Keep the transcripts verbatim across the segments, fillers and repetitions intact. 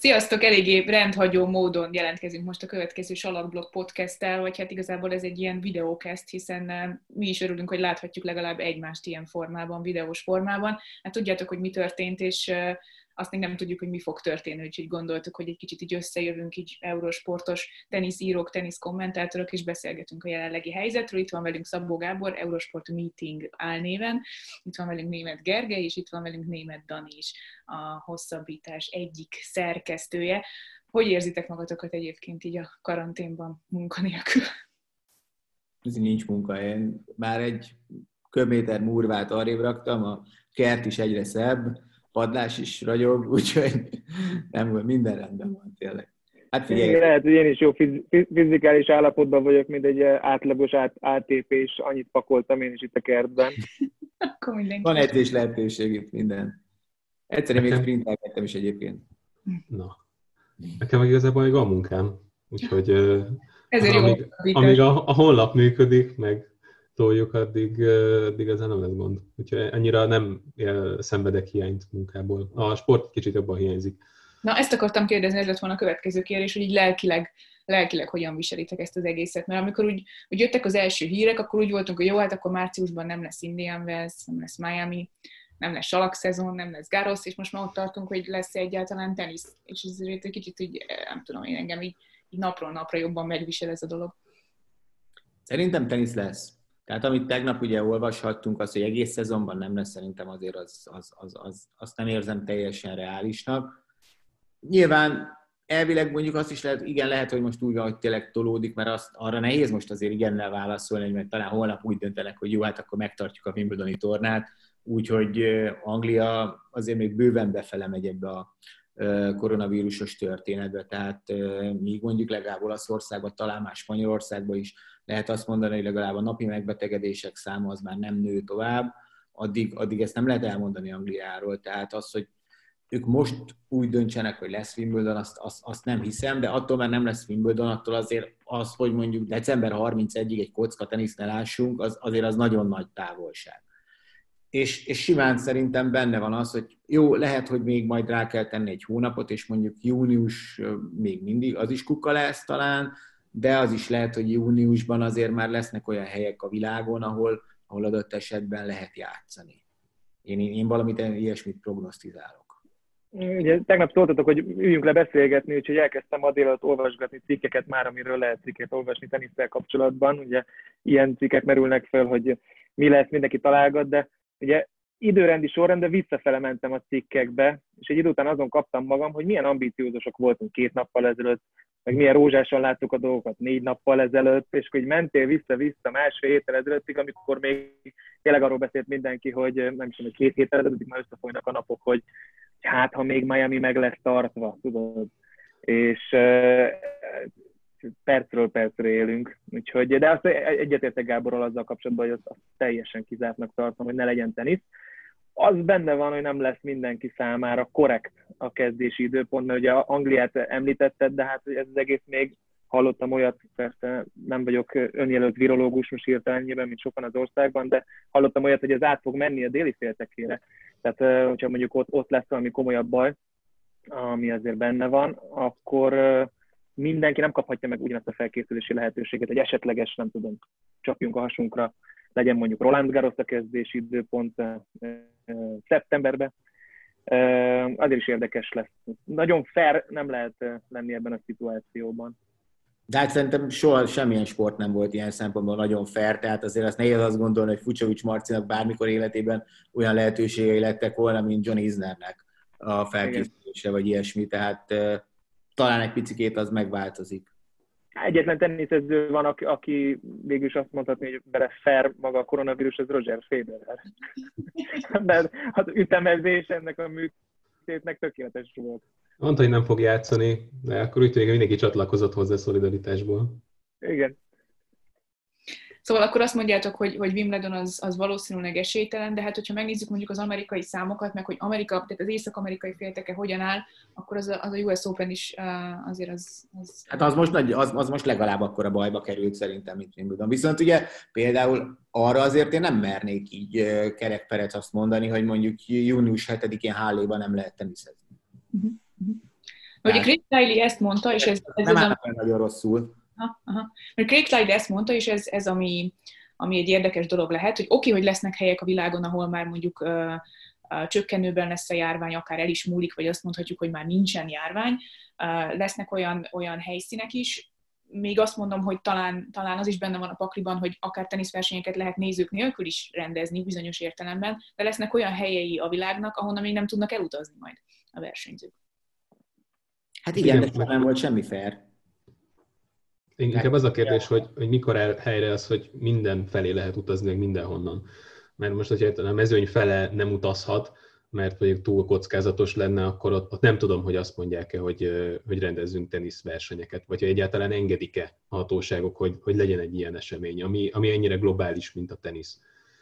Sziasztok! Eléggé rendhagyó módon jelentkezünk most a következő Salakblog podcasttel, vagy hát igazából ez egy ilyen videókeszt, hiszen mi is örülünk, hogy láthatjuk legalább egymást ilyen formában, videós formában. Hát tudjátok, hogy mi történt, és azt még nem tudjuk, hogy mi fog történni, úgyhogy gondoltuk, hogy egy kicsit így összejövünk, így eurosportos teniszírók, teniszkommentátorok, és beszélgetünk a jelenlegi helyzetről. Itt van velünk Szabó Gábor, Eurosport Meeting álnéven, itt van velünk Németh Gergely, és itt van velünk Németh Dani is, a Hosszabbítás egyik szerkesztője. Hogy érzitek magatokat egyébként így a karanténban munkanélkül? Ez nincs munkahelyen. Már egy köbméter murvát arrébb raktam, a kert is egyre szebb, padlás is ragyog, úgyhogy nem, minden rendben van tényleg. Hát figyelj. Lehet, hogy én is jó fizikális állapotban vagyok, mint egy átlagos á té pés, annyit pakoltam én is itt a kertben. Van edzés lehetőség itt minden. Egyszerűen még sprintelkedtem is egyébként. Na, nekem meg igazából még van munkám, úgyhogy Ezért amíg, amíg a, a honlap működik, meg toljuk, addig, addig ezzel nem lesz gond. Úgyhogy annyira nem szenvedek hiányt munkából. A sport kicsit jobban hiányzik. Na, ezt akartam kérdezni, ez lett volna a következő kérdés, hogy így lelkileg, lelkileg hogyan viselitek ezt az egészet. Mert amikor úgy, úgy jöttek az első hírek, akkor úgy voltunk, hogy jó, hát akkor márciusban nem lesz Indian Wells, nem lesz Miami, nem lesz salakszezon, nem lesz Garros, és most már ott tartunk, hogy lesz egyáltalán tenisz. És ezért egy kicsit így, nem tudom én, engem így, így napról napra jobban megvisel ez a dolog. Szerintem tenisz lesz. Tehát amit tegnap ugye olvashattunk, az, hogy egész szezonban nem lesz, szerintem azért az, az, az, az, azt nem érzem teljesen reálisnak. Nyilván elvileg mondjuk azt is lehet, igen, lehet, hogy most úgy van, hogy tényleg tolódik, mert azt, arra nehéz most azért igennel válaszolni, mert talán holnap úgy döntenek, hogy jó, hát akkor megtartjuk a Wimbledoni tornát, úgyhogy Anglia azért még bőven befele megy ebbe a koronavírusos történetbe, tehát míg mondjuk legalább Olaszországban, talán már Spanyolországban is lehet azt mondani, hogy legalább a napi megbetegedések száma az már nem nő tovább, addig, addig ezt nem lehet elmondani Angliáról, tehát az, hogy ők most úgy döntsenek, hogy lesz Wimbledon, azt, azt, azt nem hiszem, de attól már nem lesz Wimbledon, attól azért az, hogy mondjuk december harmincegyedikéig egy kocka teniszt ne lássunk, az, azért az nagyon nagy távolság. És, és simán szerintem benne van az, hogy jó, lehet, hogy még majd rá kell tenni egy hónapot, és mondjuk június még mindig, az is kuka lesz talán, de az is lehet, hogy júniusban azért már lesznek olyan helyek a világon, ahol, ahol adott esetben lehet játszani. Én, én valamit ilyesmit prognosztizálok. Ugye, tegnap szóltatok, hogy üljünk le beszélgetni, úgyhogy elkezdtem ma délelőtt olvasgatni cikkeket már, amiről lehet cikket olvasni tenisszel kapcsolatban. Ugye ilyen cikkek merülnek fel, hogy mi lesz, mindenki találgat, de ugye időrendi sorrend, de visszafele mentem a cikkekbe, és egy idő után azon kaptam magam, hogy milyen ambiciózusok voltunk két nappal ezelőtt, meg milyen rózsásan láttuk a dolgokat négy nappal ezelőtt, és hogy mentél vissza-vissza másfél héttel ezelőttig, amikor még tényleg arról beszélt mindenki, hogy nem tudom, hogy két héttel ezelőttig már összefolynak a napok, hogy hát, ha még Miami meg lesz tartva, tudod. És uh, percről percre élünk. Úgyhogy, de azt egyetértek Gáborral azzal kapcsolatban, hogy azt, azt teljesen kizártnak tartom, hogy ne legyen tenisz. Az benne van, hogy nem lesz mindenki számára korrekt a kezdési időpont, mert ugye Angliát említetted, de hát ez az egész még hallottam olyat, persze nem vagyok önjelölt virológus most hirtelen ennyiben, mint sokan az országban, de hallottam olyat, hogy ez át fog menni a déli féltekére. Tehát, hogyha mondjuk ott, ott lesz valami komolyabb baj, ami azért benne van, akkor mindenki nem kaphatja meg ugyanazt a felkészülési lehetőséget, hogy esetleges, nem tudom, csapjunk a hasunkra, legyen mondjuk Roland Garros a kezdési időpont szeptemberben. Azért is érdekes lesz. Nagyon fair nem lehet lenni ebben a szituációban. De hát szerintem soha semmilyen sport nem volt ilyen szempontból nagyon fair, tehát azért azt nehéz azt gondolni, hogy Fucsovics Marcinak bármikor életében olyan lehetőségei lettek volna, mint John Isnernek a felkészülésre, vagy ilyesmi, tehát uh, talán egy picikét az megváltozik. Egyetlen teniszező van, aki, aki végül is azt mondhatni, hogy bele fair maga a koronavírus, ez Roger Federer. De az ütemezés ennek a műtétnek tökéletes volt. Mondta, hogy nem fog játszani, de akkor úgy tűnik, hogy mindenki csatlakozott hozzá szolidaritásból. Igen. Szóval akkor azt mondjátok, hogy, hogy Wimbledon az, az valószínűleg esélytelen, de hát hogyha megnézzük mondjuk az amerikai számokat, meg hogy Amerika, tehát az észak-amerikai félteke hogyan áll, akkor az a, az a u es Open is uh, azért az... az... Hát az most, nagy, az, az most legalább akkor a bajba került szerintem, mint Wimbledon. Viszont ugye például arra azért én nem mernék így uh, kerekperec azt mondani, hogy mondjuk június hetedikén Halléban nem lehet teniszezni. Uh-huh. Uh-huh. Ugye Craig Tiley ezt mondta, és ez... ez nem az, állnak ami... nagyon rosszul. Aha, aha. Mert Craig Tiley ezt mondta, és ez, ez ami, ami egy érdekes dolog lehet, hogy oké, okay, hogy lesznek helyek a világon, ahol már mondjuk uh, uh, csökkenőben lesz a járvány, akár el is múlik, vagy azt mondhatjuk, hogy már nincsen járvány. Uh, lesznek olyan, olyan helyszínek is, még azt mondom, hogy talán, talán az is benne van a pakliban, hogy akár teniszversenyeket lehet nézők nélkül is rendezni bizonyos értelemben, de lesznek olyan helyei a világnak, ahonnan még nem tudnak elutazni majd a versenyzők. Hát igen, igen, de nem volt semmi fair. Inkább az a kérdés, hogy, hogy mikor el helyre az, hogy minden felé lehet utazni, meg mindenhonnan. Mert most, hogyha a mezőny fele nem utazhat, mert mondjuk túl kockázatos lenne, akkor ott, ott nem tudom, hogy azt mondják-e, hogy, hogy rendezzünk teniszversenyeket, vagy hogy egyáltalán engedik-e a hatóságok, hogy, hogy legyen egy ilyen esemény, ami, ami ennyire globális, mint a tenisz.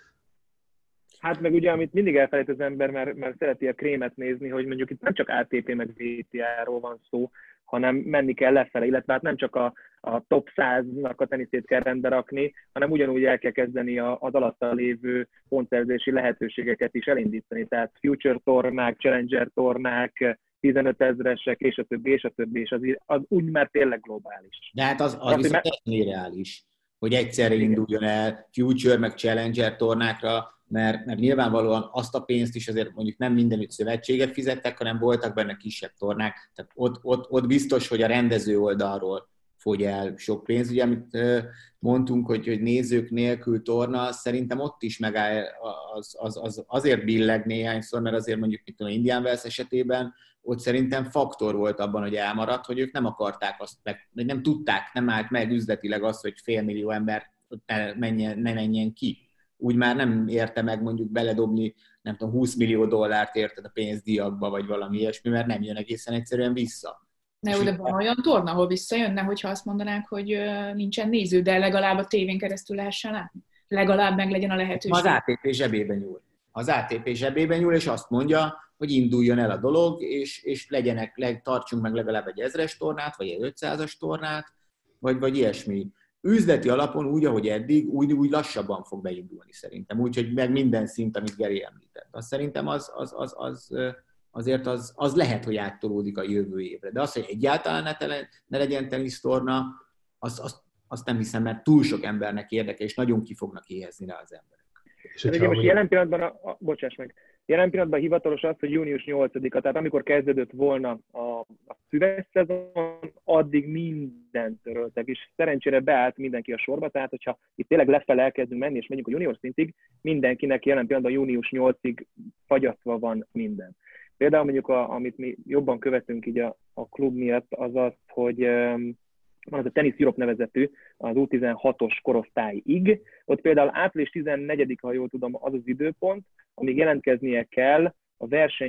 Hát meg ugye, amit mindig elfelejt az ember, mert, mert szereti a krémet nézni, hogy mondjuk itt nem csak á té pé meg vé té á-ról van szó, hanem menni kell lefele, illetve hát nem csak a, a top száznak a teniszét kell rendbe rakni, hanem ugyanúgy el kell kezdeni a, az alatta lévő pontszerzési lehetőségeket is elindítani. Tehát future tornák, challenger tornák, tizenöt ezresek, és a többi, és a többi, és az, az úgy már tényleg globális. De hát az, az viszont mert... reális, hogy egyszerre induljon el future meg challenger tornákra, mert, mert nyilvánvalóan azt a pénzt is azért mondjuk nem mindenütt szövetségek fizettek, hanem voltak benne kisebb tornák. Tehát ott, ott, ott biztos, hogy a rendező oldalról fogy el sok pénz. Ugye, amit mondtunk, hogy, hogy nézők nélkül torna, szerintem ott is megáll, az, az, az azért billeg néhányszor, mert azért mondjuk itt a Indian Wells esetében ott szerintem faktor volt abban, hogy elmaradt, hogy ők nem akarták azt, meg nem tudták, nem állt meg üzletileg azt, hogy félmillió ember ne menjen, ne menjen ki. Úgy már nem érte meg mondjuk beledobni, nem tudom, húsz millió dollárt érted a pénzdíjakba, vagy valami ilyesmi, mert nem jön egészen egyszerűen vissza. Ne, jó, de van olyan torna, ahol visszajönne, hogyha azt mondanánk, hogy nincsen néző, de legalább a tévén keresztül lehessen látni? Legalább meg legyen a lehetőség. Az á té pé zsebében nyúl. Az á té pé zsebében nyúl, és azt mondja, hogy induljon el a dolog, és, és legyenek, leg, tartsunk meg legalább egy ezres tornát, vagy egy ötszázas tornát, vagy, vagy ilyesmi. Üzleti alapon úgy, ahogy eddig, úgy, úgy lassabban fog beindulni szerintem. Úgyhogy meg minden szint, amit Geri említett. Azt szerintem az, az, az, az, azért az, az lehet, hogy áttolódik a jövő évre. De az, hogy egyáltalán ne, tele, ne legyen tenisztorna, azt az, az nem hiszem, mert túl sok embernek érdekel, és nagyon ki fognak éhezni rá az emberek. És ugye most jelen pillanatban, a, a, bocsáss meg, jelen pillanatban hivatalos az, hogy június nyolcadika, tehát amikor kezdődött volna a, a szüves szezon, addig mindent töröltek, és szerencsére beállt mindenki a sorba, tehát hogyha itt tényleg lefele elkezdünk menni, és megyünk a junior szintig, mindenkinek jelen pillanatban június nyolcadikáig fagyasztva van minden. Például mondjuk, a, amit mi jobban követünk így a, a klub miatt, az az, hogy um, van az a Tennis Europe nevezetű, az U tizenhatos korosztályig. Ott például április tizennegyedike, ha jól tudom, az az időpont, amíg jelentkeznie kell a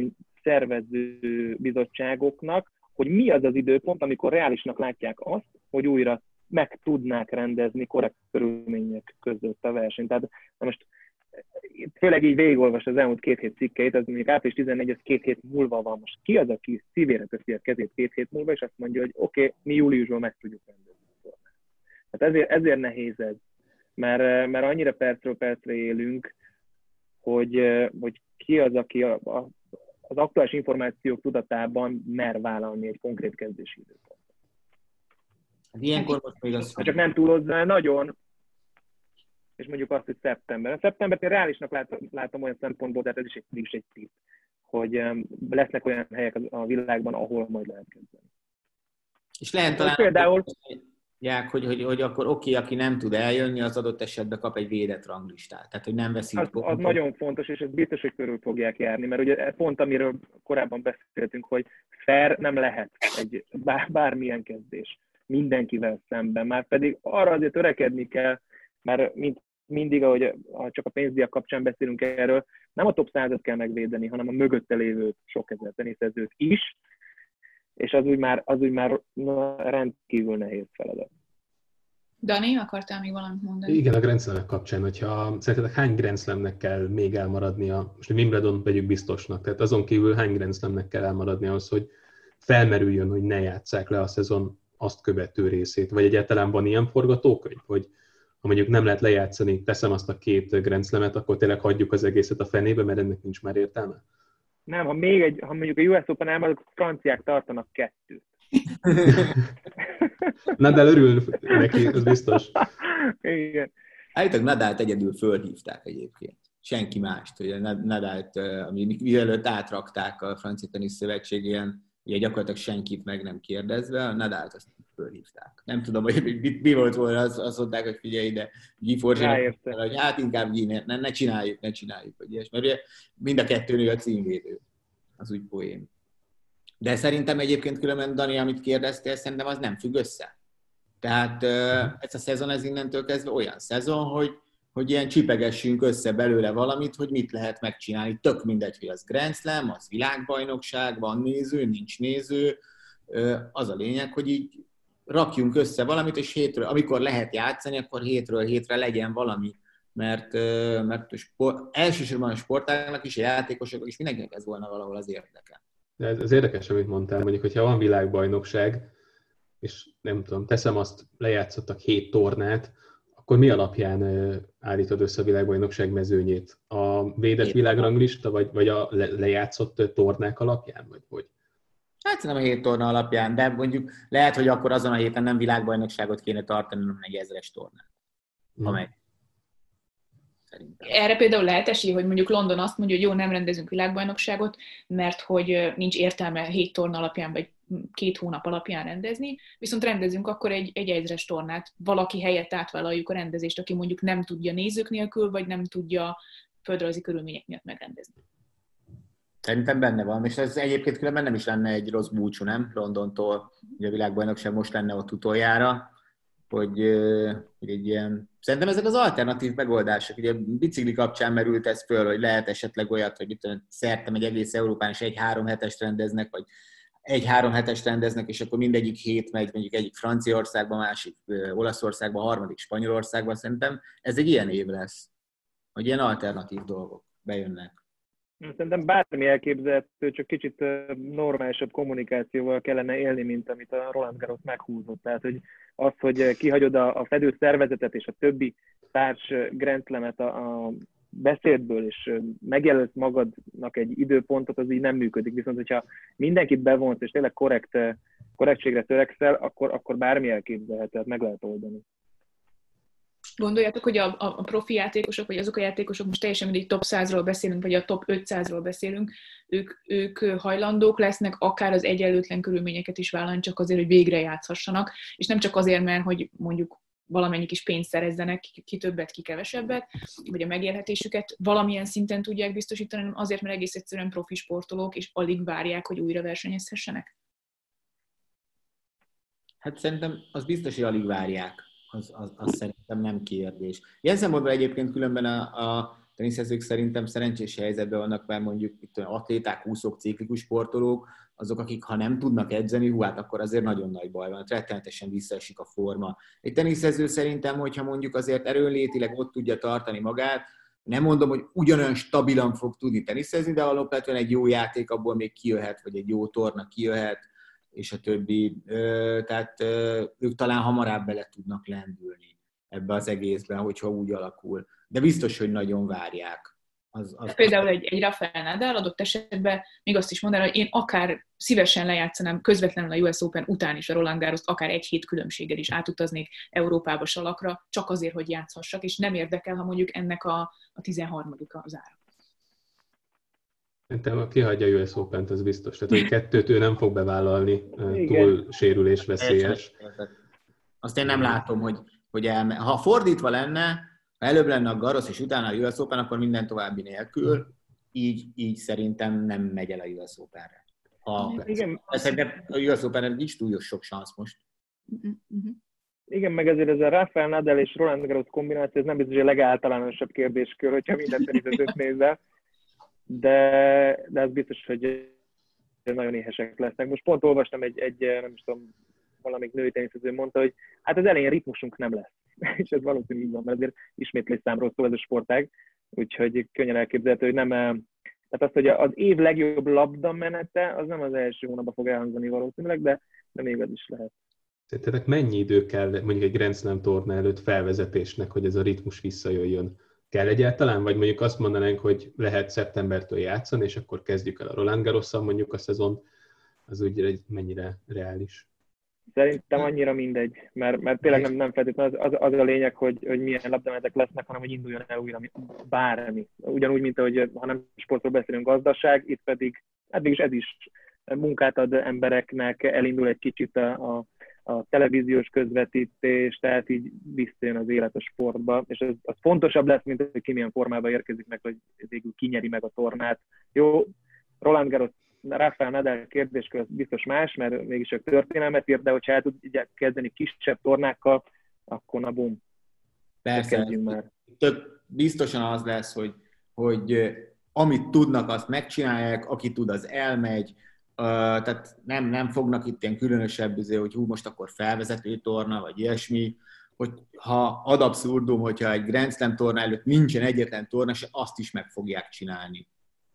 versenyszervező bizottságoknak, hogy mi az az időpont, amikor reálisnak látják azt, hogy újra meg tudnák rendezni korrekt körülmények között a versenyt. Tehát na most főleg így végigolvas az elmúlt két hét cikkeit, az mondjuk április tizennegyedike, az két hét múlva van. Most ki az, aki szívére teszi a kezét két hét múlva, és azt mondja, hogy oké, okay, mi júliusban meg tudjuk rendezni a tornát. Hát ezért, ezért nehéz ez, mert, mert annyira percről percre élünk, hogy, hogy ki az, aki a, a, az aktuális információk tudatában mer vállalni egy konkrét kezdési időpontot. Hát ilyenkor most még az... Ha csak nem túlozzá nagyon, és mondjuk azt, hogy szeptember. A szeptembert én reálisnak látom, látom olyan szempontból, tehát ez is egy, is egy tipp, hogy um, lesznek olyan helyek a világban, ahol majd lehet kezdeni. És lehet talán... Például... Ják, hogy, hogy, hogy akkor oké, okay, aki nem tud eljönni, az adott esetben kap egy védett ranglistát. Tehát, hogy nem veszít. Az, az nagyon fontos, és ez biztos, hogy körül fogják járni, mert ugye pont amiről korábban beszéltünk, hogy fair nem lehet egy bár, bármilyen kezdés mindenkivel szemben, már pedig arra azért törekedni kell, mert mint mindig, ahogy csak a pénzdíjak kapcsán beszélünk erről, nem a top százat kell megvédeni, hanem a mögötte lévő sok ezer teniszezőt is, és az úgy már, az úgy már rendkívül nehéz feladat. Dani, akartál még valamit mondani? Igen, a Grand Slamek kapcsán, hogyha szerintetek hány Grand Slamnek kell még elmaradnia, most a Wimbledon vegyük biztosnak, tehát azon kívül hány Grand Slamnek kell elmaradni ahhoz, hogy felmerüljön, hogy ne játsszák le a szezon azt követő részét, vagy egyáltalán van ilyen forgatókönyv, hogy ha mondjuk nem lehet lejátszani, teszem azt a két Grand Slamet, akkor tényleg hagyjuk az egészet a fenébe, mert ennek nincs már értelme? Nem, ha még egy, ha mondjuk a U S Open elmarad, akkor franciák tartanak kettőt. Nadal örül neki, ez biztos. Igen. Állítólag Nadált egyedül fölhívták egyébként. Senki mást. Ugye Nadált, ami mielőtt átrakták a Francia Tenisz Szövetség, ilyen, ugye gyakorlatilag senkit meg nem kérdezve, a Nadált azt fölhívták. Nem tudom, hogy mi, mi volt volna, az, azt mondták, hogy figyelj ide, Guy Forget, hogy hát inkább Guy, ne, ne csináljuk, ne csináljuk, hogy ilyes. Mert ugye mind a kettőnő a címvédő. Az úgy poén. De szerintem egyébként különben, Dani, amit kérdeztél, szerintem az nem függ össze. Tehát ez a szezon ez innentől kezdve olyan szezon, hogy, hogy ilyen csipegessünk össze belőle valamit, hogy mit lehet megcsinálni. Tök mindegy, hogy az Grand Slam, az világbajnokság, van néző, nincs néző. Az a lényeg, hogy így rakjunk össze valamit, és hétről, amikor lehet játszani, akkor hétről hétre legyen valami. Mert, mert a sport, elsősorban a sportágnak is, a játékosoknak is mindenkinek ez volna valahol az érdeke. De ez, ez érdekes, amit mondtál, mondjuk, hogyha van világbajnokság, és nem tudom, teszem azt, lejátszottak hét tornát, akkor mi alapján állítod össze a világbajnokság mezőnyét? A védett hét világranglista, vagy, vagy a le, lejátszott tornák alapján, vagy hogy? Hát szerintem a hét torna alapján, de mondjuk lehet, hogy akkor azon a héten nem világbajnokságot kéne tartani, hanem egy ezres tornát. Hmm. Amely. Szerintem. Erre például lehet esély, hogy mondjuk London azt mondja, hogy jó, nem rendezünk világbajnokságot, mert hogy nincs értelme hét torna alapján, vagy két hónap alapján rendezni, viszont rendezünk akkor egy, egy egyezres tornát, valaki helyett átvállaljuk a rendezést, aki mondjuk nem tudja nézők nélkül, vagy nem tudja földrajzi körülmények miatt megrendezni. Szerintem benne van, és ez egyébként különben nem is lenne egy rossz búcsú, nem? Londontól, ugye a világbajnokság most lenne ott utoljára, hogy, hogy egy ilyen... Szerintem ezek az alternatív megoldások, ugye a bicikli kapcsán merült ez föl, hogy lehet esetleg olyat, hogy itt szerte egy egész Európán is egy-három hetest rendeznek, vagy egy-három hetest rendeznek, és akkor mindegyik hét megy, mondjuk egyik Franciaországban, másik Olaszországban, harmadik Spanyolországban. Szerintem ez egy ilyen év lesz, hogy ilyen alternatív dolgok bejönnek. Szerintem bármi elképzelhető, csak kicsit normálisabb kommunikációval kellene élni, mint amit a Roland Garros meghúzott. Tehát, hogy az, hogy kihagyod a, a fedő szervezetet és a többi társ Grand Slamet a, a beszédből, és megjelölsz magadnak egy időpontot, az így nem működik. Viszont, hogyha mindenkit bevonsz, és tényleg korrekt, korrektségre törekszel, akkor, akkor bármi elképzelhető, meg lehet oldani. Gondoljátok, hogy a, a profi játékosok, vagy azok a játékosok, most teljesen mindig top százról beszélünk, vagy a top ötszázról beszélünk, ők, ők hajlandók lesznek akár az egyenlőtlen körülményeket is vállalni, csak azért, hogy végre játszhassanak, és nem csak azért, mert hogy mondjuk valamennyi kis pénzt szerezzenek, ki többet, ki kevesebbet, vagy a megélhetésüket valamilyen szinten tudják biztosítani, hanem azért, mert egész egyszerűen profi sportolók, és alig várják, hogy újra versenyezhessenek? Hát szerintem az biztos, hogy alig várják. Az, az, az szerintem nem kérdés. Ilyen szempontból egyébként különben a, a teniszezők szerintem szerencsés helyzetben vannak, mert mondjuk itt atléták, úszók, ciklikus sportolók, azok, akik ha nem tudnak edzeni, hú, hát akkor azért nagyon nagy baj van, rettenetesen visszaesik a forma. Egy teniszező szerintem, hogyha mondjuk azért erőnlétileg ott tudja tartani magát, nem mondom, hogy ugyanolyan stabilan fog tudni teniszezni, de alapvetően egy jó játék abból még kijöhet, vagy egy jó torna kijöhet, és a többi, tehát ők talán hamarabb bele tudnak lendülni ebbe az egészben, hogyha úgy alakul. De biztos, hogy nagyon várják. Az, az például egy, egy Rafael Nadal adott esetben még azt is mondaná, hogy én akár szívesen lejátszanám közvetlenül a U S Open után is a Roland Garrost, akár egy hét különbséggel is átutaznék Európába salakra, csak azért, hogy játszhassak, és nem érdekel, ha mondjuk ennek a, a tizenharmadik az ára. Szerintem kihagyja a U S Opent, ez biztos. Tehát, hogy kettőt ő nem fog bevállalni, túl sérülés veszélyes. Azt én nem látom, hogy, hogy elme... ha fordítva lenne, ha előbb lenne a Garros és utána a U S Open, akkor minden további nélkül, így, így szerintem nem megy el a U S Openre. Ha... Szerintem a U S Openre nincs túl sok szansz most. Igen, meg ezért ez a Rafael Nadal és Roland Garros kombináció, ez nem biztos, hogy a legáltalánosabb kérdéskör, hogyha minden teniszezőt nézel. De, de az biztos, hogy nagyon éhesek lesznek. Most pont olvastam egy, egy nem is tudom, valamelyik női teniszező mondta, hogy hát az elején ritmusunk nem lesz. És ez valószínűleg így van, mert azért ismétlésszámról szól ez a sportág, úgyhogy könnyen elképzelhető, hogy nem... Tehát az, hogy az év legjobb labdamenete, az nem az első hónapban fog elhangzani valószínűleg, de, de még az is lehet. Szerintetek mennyi idő kell mondjuk egy Grand Slam torna előtt felvezetésnek, hogy ez a ritmus visszajöjjön? kell egyáltalán? Vagy mondjuk azt mondanánk, hogy lehet szeptembertől játszani, és akkor kezdjük el a Roland Garrosszal mondjuk a szezon, az úgy mennyire reális? Szerintem annyira mindegy, mert, mert tényleg nem, nem feltétlenül az, az, az a lényeg, hogy, hogy milyen labdamenetek lesznek, hanem hogy induljon el újra bármi. Ugyanúgy, mint ahogy ha nem sportról beszélünk, gazdaság, itt pedig, hát mégis ez is munkát ad embereknek, elindul egy kicsit a, a, a televíziós közvetítés, tehát így visszajön az élet a sportba, és ez, az fontosabb lesz, mint hogy ki milyen formában érkezik meg, hogy végül kinyeri meg a tornát. Jó, Roland Garros, Rafael Nadal kérdéskör biztos más, mert mégis ők történelmet írt, de hogyha el tud kezdeni kisebb tornákkal, akkor na bum. Persze, már. Tök biztosan az lesz, hogy, hogy amit tudnak, azt megcsinálják, aki tud, az elmegy, uh, tehát nem, nem fognak itt ilyen különösebb, hogy hú, most akkor felvezető torna, vagy ilyesmi, hogy ha ad abszurdum, hogyha egy Grand Slam torna előtt nincsen egyetlen torna, és azt is meg fogják csinálni.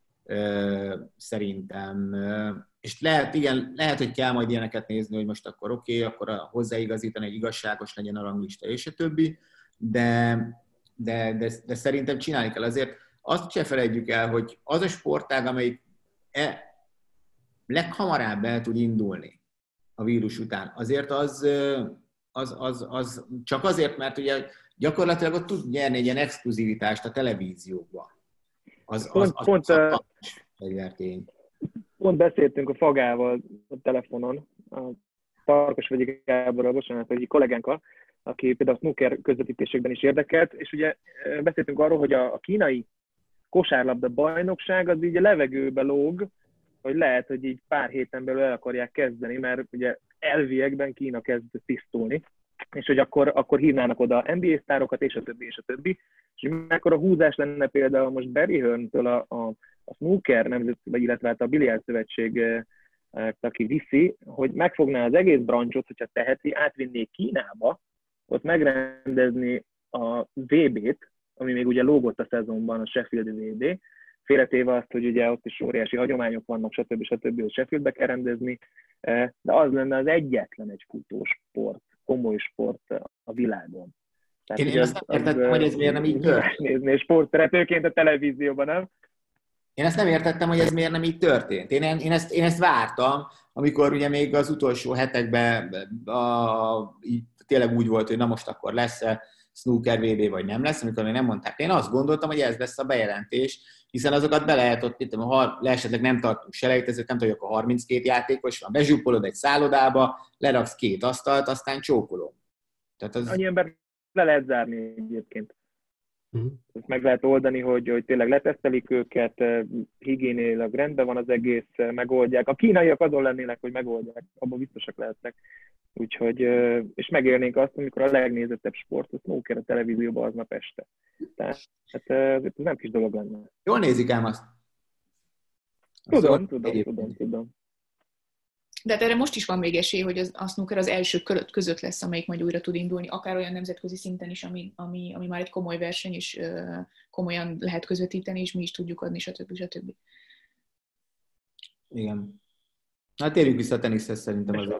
Szerintem. És lehet, igen, lehet, hogy kell majd ilyeneket nézni, hogy most akkor oké, okay, akkor hozzáigazítani, hogy igazságos legyen a ranglista, és a többi, de, de, de, de szerintem csinálni kell. Azért azt se felejtjük el, hogy az a sportág, amelyik e, leghamarabb el tud indulni a vírus után, azért az, az, az, az csak azért, mert ugye gyakorlatilag ott tud nyerni egy ilyen exkluzivitást a televízióban. Az, az, az, pont, az, az, az pont beszéltünk a Fagával a telefonon, a Tarkasvölgyi Gáborral, bocsánat, egy kollégánkkal, aki például a snooker közvetítésekben is érdekelt, és ugye beszéltünk arról, hogy a, a kínai kosárlabda bajnokság az így a levegőbe lóg, hogy lehet, hogy így pár héten belül el akarják kezdeni, mert ugye elviekben Kína kezd tisztulni, és hogy akkor, akkor hívnának oda en bé á sztárokat, és a többi, és a többi. És mekkora húzás lenne például most Barry Hearn-től a, a, a snooker nemzetközi, illetve a Biliárd Szövetség, aki viszi, hogy megfogná az egész branchot, hogyha teheti, átvinné Kínába, ott megrendezni a vé bét, ami még ugye lógott a szezonban, a Sheffield vé bé, félretéve azt, hogy ugye ott is óriási hagyományok vannak, stb. stb. Hogy Sheffieldbe kell rendezni, de az lenne az egyetlen egy futósport, komoly sport a világon. Tehát, én, én azt nem értettem, hogy ez miért nem így történt. Nézni sportszeretőként a televízióban, nem? Én ezt nem értettem, hogy ez miért nem így történt. Én, én, ezt, én ezt vártam, amikor ugye még az utolsó hetekben a, így, tényleg úgy volt, hogy na most akkor lesz-e snooker vé bé, vagy nem lesz, amikor még nem mondták. Én azt gondoltam, hogy ez lesz a bejelentés, hiszen azokat be lehet ott, itt, ha esetleg nem tartunk selejtezőt, nem tudjuk a harminckét játékos, van, bezsúpolod egy szállodába, leraksz két asztalt, aztán csókolom. Tehát az... Annyi ember le lehet zárni egyébként. Mm. Ezt meg lehet oldani, hogy, hogy tényleg letesztelik őket, higiéniailag rendben van az egész, megoldják. A kínaiak azon lennének, hogy megoldják, abban biztosak lehetnek. Úgyhogy, és megélnénk azt, amikor a legnézettebb sport, a snooker a televízióban aznap este. Tehát hát, ez nem kis dolog lenne. Jól nézik ám azt. Tudom, azt tudom, tudom, tudom, tudom. De hát erre most is van még esély, hogy az, a snooker az első között lesz, amelyik majd újra tud indulni, akár olyan nemzetközi szinten is, ami, ami, ami már egy komoly verseny, és uh, komolyan lehet közvetíteni, és mi is tudjuk adni, stb. stb. Igen. Hát térjünk vissza a teniszhez szerintem azért.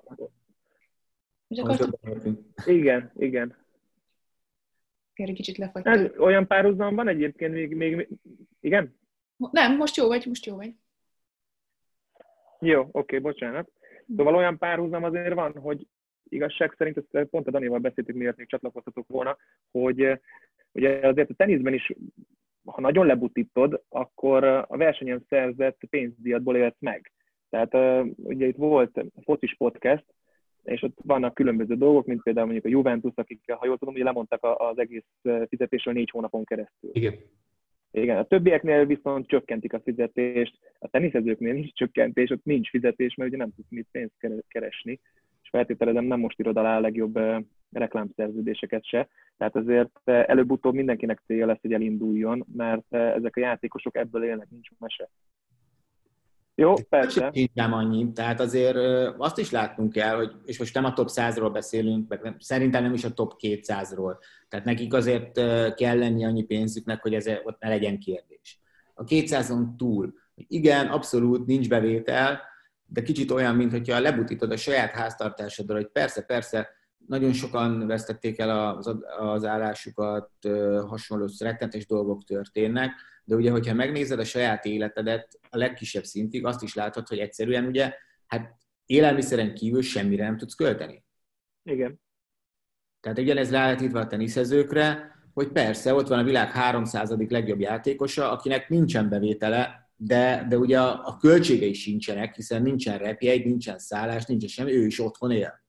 Igen, igen. Egy kicsit lefagytál. Olyan párhuzam van egyébként még, még... Igen? Nem, most jó vagy, most jó vagy. Jó, oké, okay, bocsánat. Szóval olyan párhuzam azért van, hogy igazság szerint, ezt pont a Danival beszéltük, miért még csatlakoztatok volna, hogy ugye azért a teniszben is, ha nagyon lebutítod, akkor a versenyen szerzett pénzdíjatból élsz meg. Tehát ugye itt volt focis podcast, és ott vannak különböző dolgok, mint például mondjuk a Juventus, akik, ha jól tudom, hogy lemondtak az egész fizetésről négy hónapon keresztül. Igen. Igen, a többieknél viszont csökkentik a fizetést, a teniszezőknél nincs csökkentés, ott nincs fizetés, mert ugye nem tudsz mit pénzt keresni, és feltételezem nem most írod alá a legjobb reklámszerződéseket se, tehát azért előbb-utóbb mindenkinek célja lesz, hogy elinduljon, mert ezek a játékosok ebből élnek, nincs mese. Jó, persze. Nem annyi, tehát azért azt is látnunk kell, hogy, és most nem a top százról beszélünk, meg nem, szerintem nem is a top kétszázról. Tehát nekik azért kell lenni annyi pénzüknek, hogy ez ott ne legyen kérdés. A kétszázon túl, igen, abszolút nincs bevétel, de kicsit olyan, mint hogyha lebutítod a saját háztartásoddal, hogy persze, persze, nagyon sokan vesztették el az, az állásukat, hasonló rettenetes dolgok történnek, de ugye, hogyha megnézed a saját életedet a legkisebb szintig, azt is látod, hogy egyszerűen ugye, hát élelmiszeren kívül semmire nem tudsz költeni. Igen. Tehát ugyanez rávetítve a teniszezőkre, hogy persze, ott van a világ háromszázadik legjobb játékosa, akinek nincsen bevétele, de, de ugye a, a költségei sincsenek, hiszen nincsen repjegy, nincsen szállás, nincsen semmi, ő is otthon él.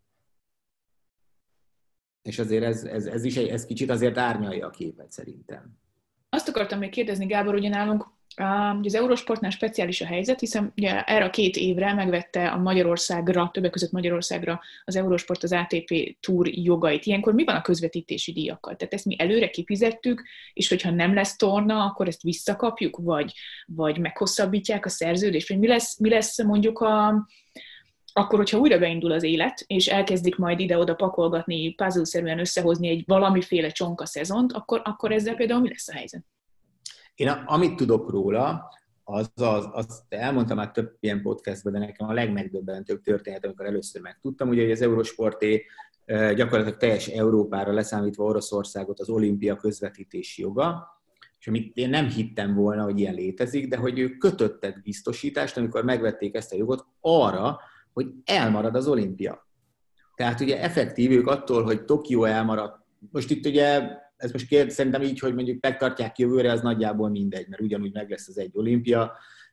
És azért ez, ez, ez is egy, ez kicsit azért árnyalja a képet szerintem. Azt akartam még kérdezni, Gábor, ugye nálunk uh, az Eurosportnál speciális a helyzet, hiszen ugye erre a két évre megvette a Magyarországra, többek között Magyarországra az Eurosport az á té pé Tour jogait. Ilyenkor mi van a közvetítési díjakkal? Tehát ezt mi előre kifizettük, és hogyha nem lesz torna, akkor ezt visszakapjuk, vagy, vagy meghosszabbítják a szerződést? Vagy mi lesz, mi lesz mondjuk a... akkor, hogyha újra beindul az élet, és elkezdik majd ide-oda pakolgatni, puzzle-szerűen összehozni egy valamiféle csonka szezont, akkor, akkor ezzel például mi lesz a helyzet? Én a, amit tudok róla, az, az, az elmondtam már több ilyen podcastban, de nekem a legmegdöbbentőbb történet, amikor először megtudtam, ugye, hogy az Eurosporté gyakorlatilag teljes Európára leszámítva Oroszországot az olimpia közvetítési joga, és amit én nem hittem volna, hogy ilyen létezik, de hogy ők kötöttek biztosítást, amikor megvették ezt a jogot arra, hogy elmarad az olimpia. Tehát ugye effektív ők attól, hogy Tokió elmarad, most itt ugye, ez most kérd, szerintem így, hogy mondjuk megtartják jövőre, az nagyjából mindegy, mert ugyanúgy meg lesz az egy olimpia,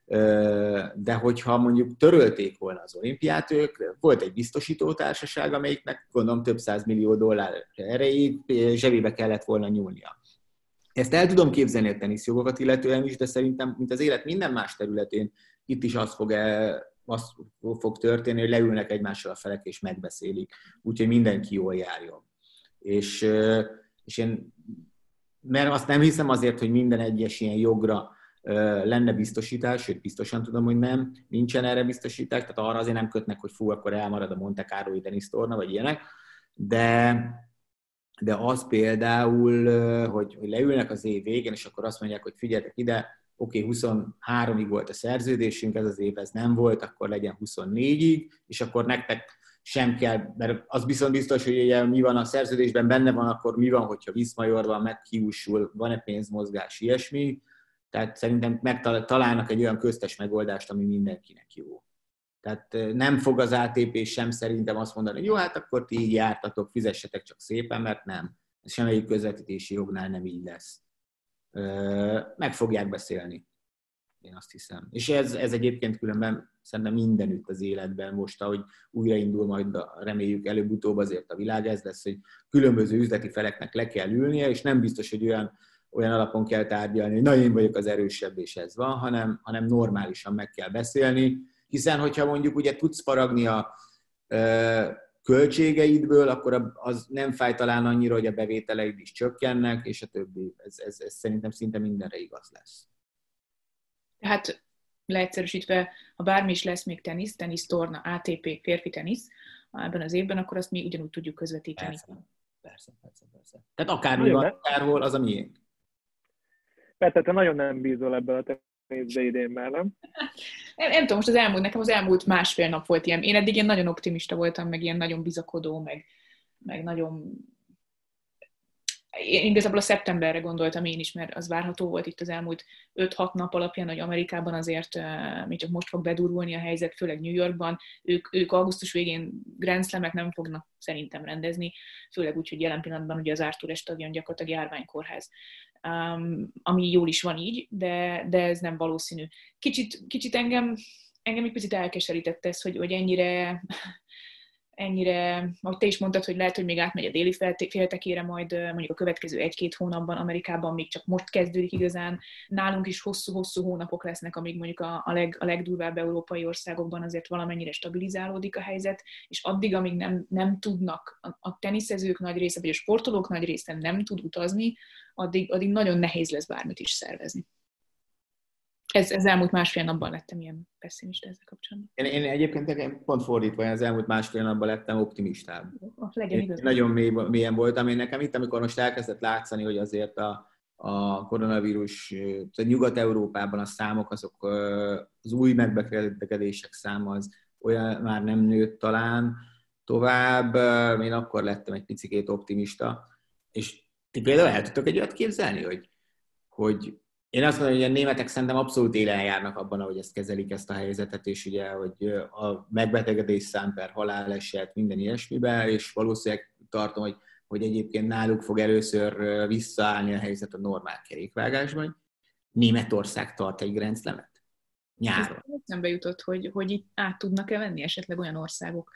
de hogyha mondjuk törölték volna az olimpiát, ők, volt egy biztosító társaság, amelyiknek gondolom több százmillió dollár erejéig zsebébe kellett volna nyúlnia. Ezt el tudom képzelni a teniszjogokat illetően is, de szerintem, mint az élet minden más területén, itt is az fog el, az fog történni, hogy leülnek egymással a felek és megbeszélik, úgyhogy mindenki jól járjon. És, és én, mert azt nem hiszem azért, hogy minden egyes ilyen jogra lenne biztosítás, sőt biztosan tudom, hogy nem, nincsen erre biztosítás, tehát arra azért nem kötnek, hogy fú, akkor elmarad a Monte Carlói tenisztorna, vagy ilyenek, de, de az például, hogy, hogy leülnek az év végén, és akkor azt mondják, hogy figyeljetek ide, oké, okay, huszonháromig volt a szerződésünk, ez az év ez nem volt, akkor legyen huszonnégyig, és akkor nektek sem kell, mert az viszont biztos, hogy ugye, mi van a szerződésben, benne van, akkor mi van, hogyha Viszmajor van, megkiúsul, van-e pénzmozgás, ilyesmi. Tehát szerintem megtalálnak egy olyan köztes megoldást, ami mindenkinek jó. Tehát nem fog az á té pé sem szerintem azt mondani, hogy jó, hát akkor ti így jártatok, fizessetek csak szépen, mert nem. Ez semmelyik közvetítési jognál nem így lesz. Meg fogják beszélni. Én azt hiszem. És ez, ez egyébként különben szerintem mindenütt az életben most, ahogy újraindul majd, reméljük előbb-utóbb azért a világ, ez lesz, hogy különböző üzleti feleknek le kell ülnie, és nem biztos, hogy olyan, olyan alapon kell tárgyalni, hogy na én vagyok az erősebb, és ez van, hanem, hanem normálisan meg kell beszélni, hiszen hogyha mondjuk ugye tudsz faragni a ö, költségeidből, akkor az nem fáj talán annyira, hogy a bevételeid is csökkennek, és a többi. Ez, ez, ez szerintem szinte mindenre igaz lesz. Tehát leegyszerűsítve, ha bármi is lesz még tenisz, tenisztorna, á té pé, férfi tenisz ebben az évben, akkor azt mi ugyanúgy tudjuk közvetíteni. Persze, persze, persze. persze. Tehát akármi van, akárhol, az a miénk. Persze, te nagyon nem bízol ebből a teniszbe idén már, nem? Nem, nem tudom, most az elmúlt, nekem az elmúlt másfél nap volt ilyen. Én eddig ilyen nagyon optimista voltam, meg ilyen nagyon bizakodó, meg, meg nagyon... Én igazából a szeptemberre gondoltam én is, mert az várható volt itt az elmúlt öt-hat nap alapján, hogy Amerikában azért uh, még csak most fog bedurulni a helyzet, főleg New Yorkban. Ők, ők augusztus végén Grand Slamet nem fognak szerintem rendezni, főleg úgy, hogy jelen pillanatban ugye az Arthur Ashe stadion gyakorlatilag járványkórház. Um, ami jól is van így, de, de ez nem valószínű. Kicsit, kicsit engem, engem egy picit elkeserített ez, hogy, hogy ennyire... ennyire, ahogy te is mondtad, hogy lehet, hogy még átmegy a déli féltekére majd mondjuk a következő egy-két hónapban, Amerikában még csak most kezdődik igazán. Nálunk is hosszú-hosszú hónapok lesznek, amíg mondjuk a, a, leg, a legdurvább európai országokban azért valamennyire stabilizálódik a helyzet, és addig, amíg nem, nem tudnak a, a teniszezők nagy része, vagy a sportolók nagy része nem tud utazni, addig, addig nagyon nehéz lesz bármit is szervezni. Ez, ez elmúlt másfél napban lettem ilyen pessimista ezzel kapcsolatban. Én, én egyébként pont fordítva, én az elmúlt másfél napban lettem optimistább. Legyen igaz. Nagyon mély, mélyen voltam. Én nekem itt, amikor most elkezdett látszani, hogy azért a, a koronavírus, Nyugat-Európában a számok, azok az új megbetegedések száma az olyan már nem nőtt talán, tovább, én akkor lettem egy picikét optimista, és ti például el tudtok egy olyat képzelni, hogy, hogy én azt mondom, hogy a németek szerintem abszolút élen járnak abban, ahogy ezt kezelik, ezt a helyzetet, és ugye, hogy a megbetegedés szám per haláleset, minden ilyesmiben, és valószínűleg tartom, hogy, hogy egyébként náluk fog először visszaállni a helyzet a normál kerékvágásban. Németország tart egy Grand Slamet nyáron. Eszembe jutott, hogy, hogy itt át tudnak-e venni esetleg olyan országok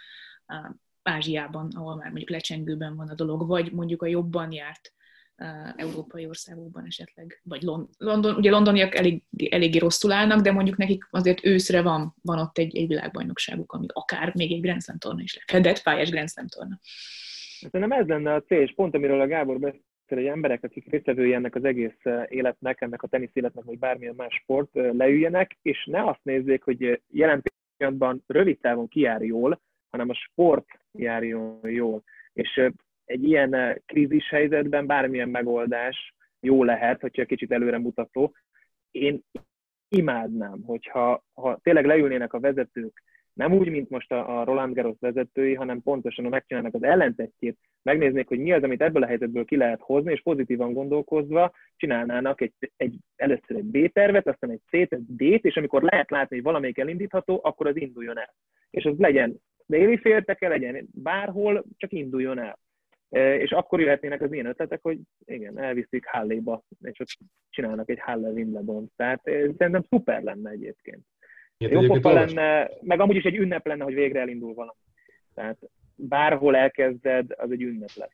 Ázsiában, ahol már mondjuk lecsengőben van a dolog, vagy mondjuk a jobban járt európai országokban esetleg, vagy London, ugye londoniak elég, eléggé rosszul állnak, de mondjuk nekik azért őszre van, van ott egy, egy világbajnokságuk, ami akár még egy Grand Slam torna is lehet. Fedett pályás Grand Slam torna. Szerintem ez lenne a cél, és pont amiről a Gábor beszél, hogy emberek, akik résztvevői ennek az egész életnek, ennek a tenisz életnek, vagy bármilyen más sport, leüljenek, és ne azt nézzék, hogy jelen pillanatban rövid távon ki jár jól, hanem a sport járjon jól. És egy ilyen krízis helyzetben bármilyen megoldás jó lehet, hogyha kicsit előremutató. Én imádnám, hogyha ha tényleg leülnének a vezetők, nem úgy, mint most a Roland Garros vezetői, hanem pontosan megcsinálnak az ellentettjét, megnéznék, hogy mi az, amit ebből a helyzetből ki lehet hozni, és pozitívan gondolkozva csinálnának egy, egy, először egy B-tervet, aztán egy C-t, egy D-t, és amikor lehet látni, hogy valamelyik elindítható, akkor az induljon el. És az legyen déli félteke, legyen bárhol, csak induljon el. És akkor jöhetnének az ilyen ötletek, hogy igen, elviszik Halléba, és ott csinálnak egy Halle-Wimbledon. Tehát szerintem szuper lenne egyébként. Jó pofa lenne, meg amúgy is egy ünnep lenne, hogy végre elindul valami. Tehát bárhol elkezded, az egy ünnep lesz.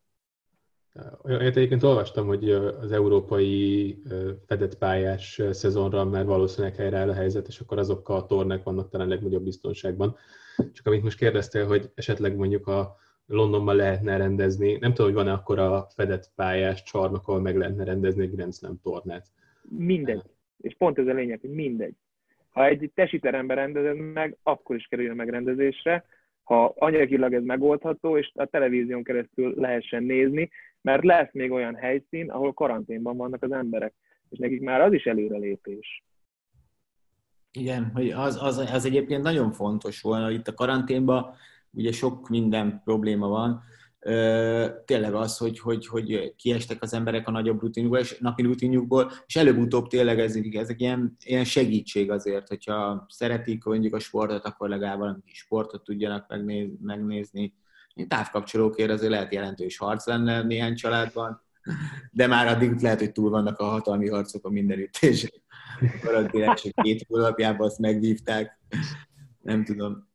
Olyat egyébként olvastam, hogy az európai fedett pályás szezonra már valószínűleg helyreáll a helyzet, és akkor azok a tornák vannak talán legnagyobb biztonságban. Csak amit most kérdeztél, hogy esetleg mondjuk a Londonban lehetne rendezni, nem tudom, hogy van-e akkor a fedett pályás csarnok, ahol meg lehetne rendezni egy Grand Slam tornát. Mindegy. És pont ez a lényeg, hogy mindegy. Ha egy tesiteremben rendezed meg, akkor is kerüljön megrendezésre, ha anyagilag ez megoldható, és a televízión keresztül lehessen nézni, mert lesz még olyan helyszín, ahol karanténban vannak az emberek, és nekik már az is előrelépés. Igen, hogy az, az, az egyébként nagyon fontos volna, itt a karanténban ugye sok minden probléma van, tényleg az, hogy, hogy, hogy kiestek az emberek a nagyobb rutinjukból, és napi rutinjukból, és előbb-utóbb tényleg ezek, ezek ilyen, ilyen segítség azért, hogyha szeretik mondjuk a sportot, akkor legalább valami kis sportot tudjanak megnéz, megnézni. Távkapcsolókért azért lehet jelentős harc lenne néhány családban, de már addig lehet, hogy túl vannak a hatalmi harcokon mindenütt, és valaki csak két hónapjában azt megvívták, nem tudom.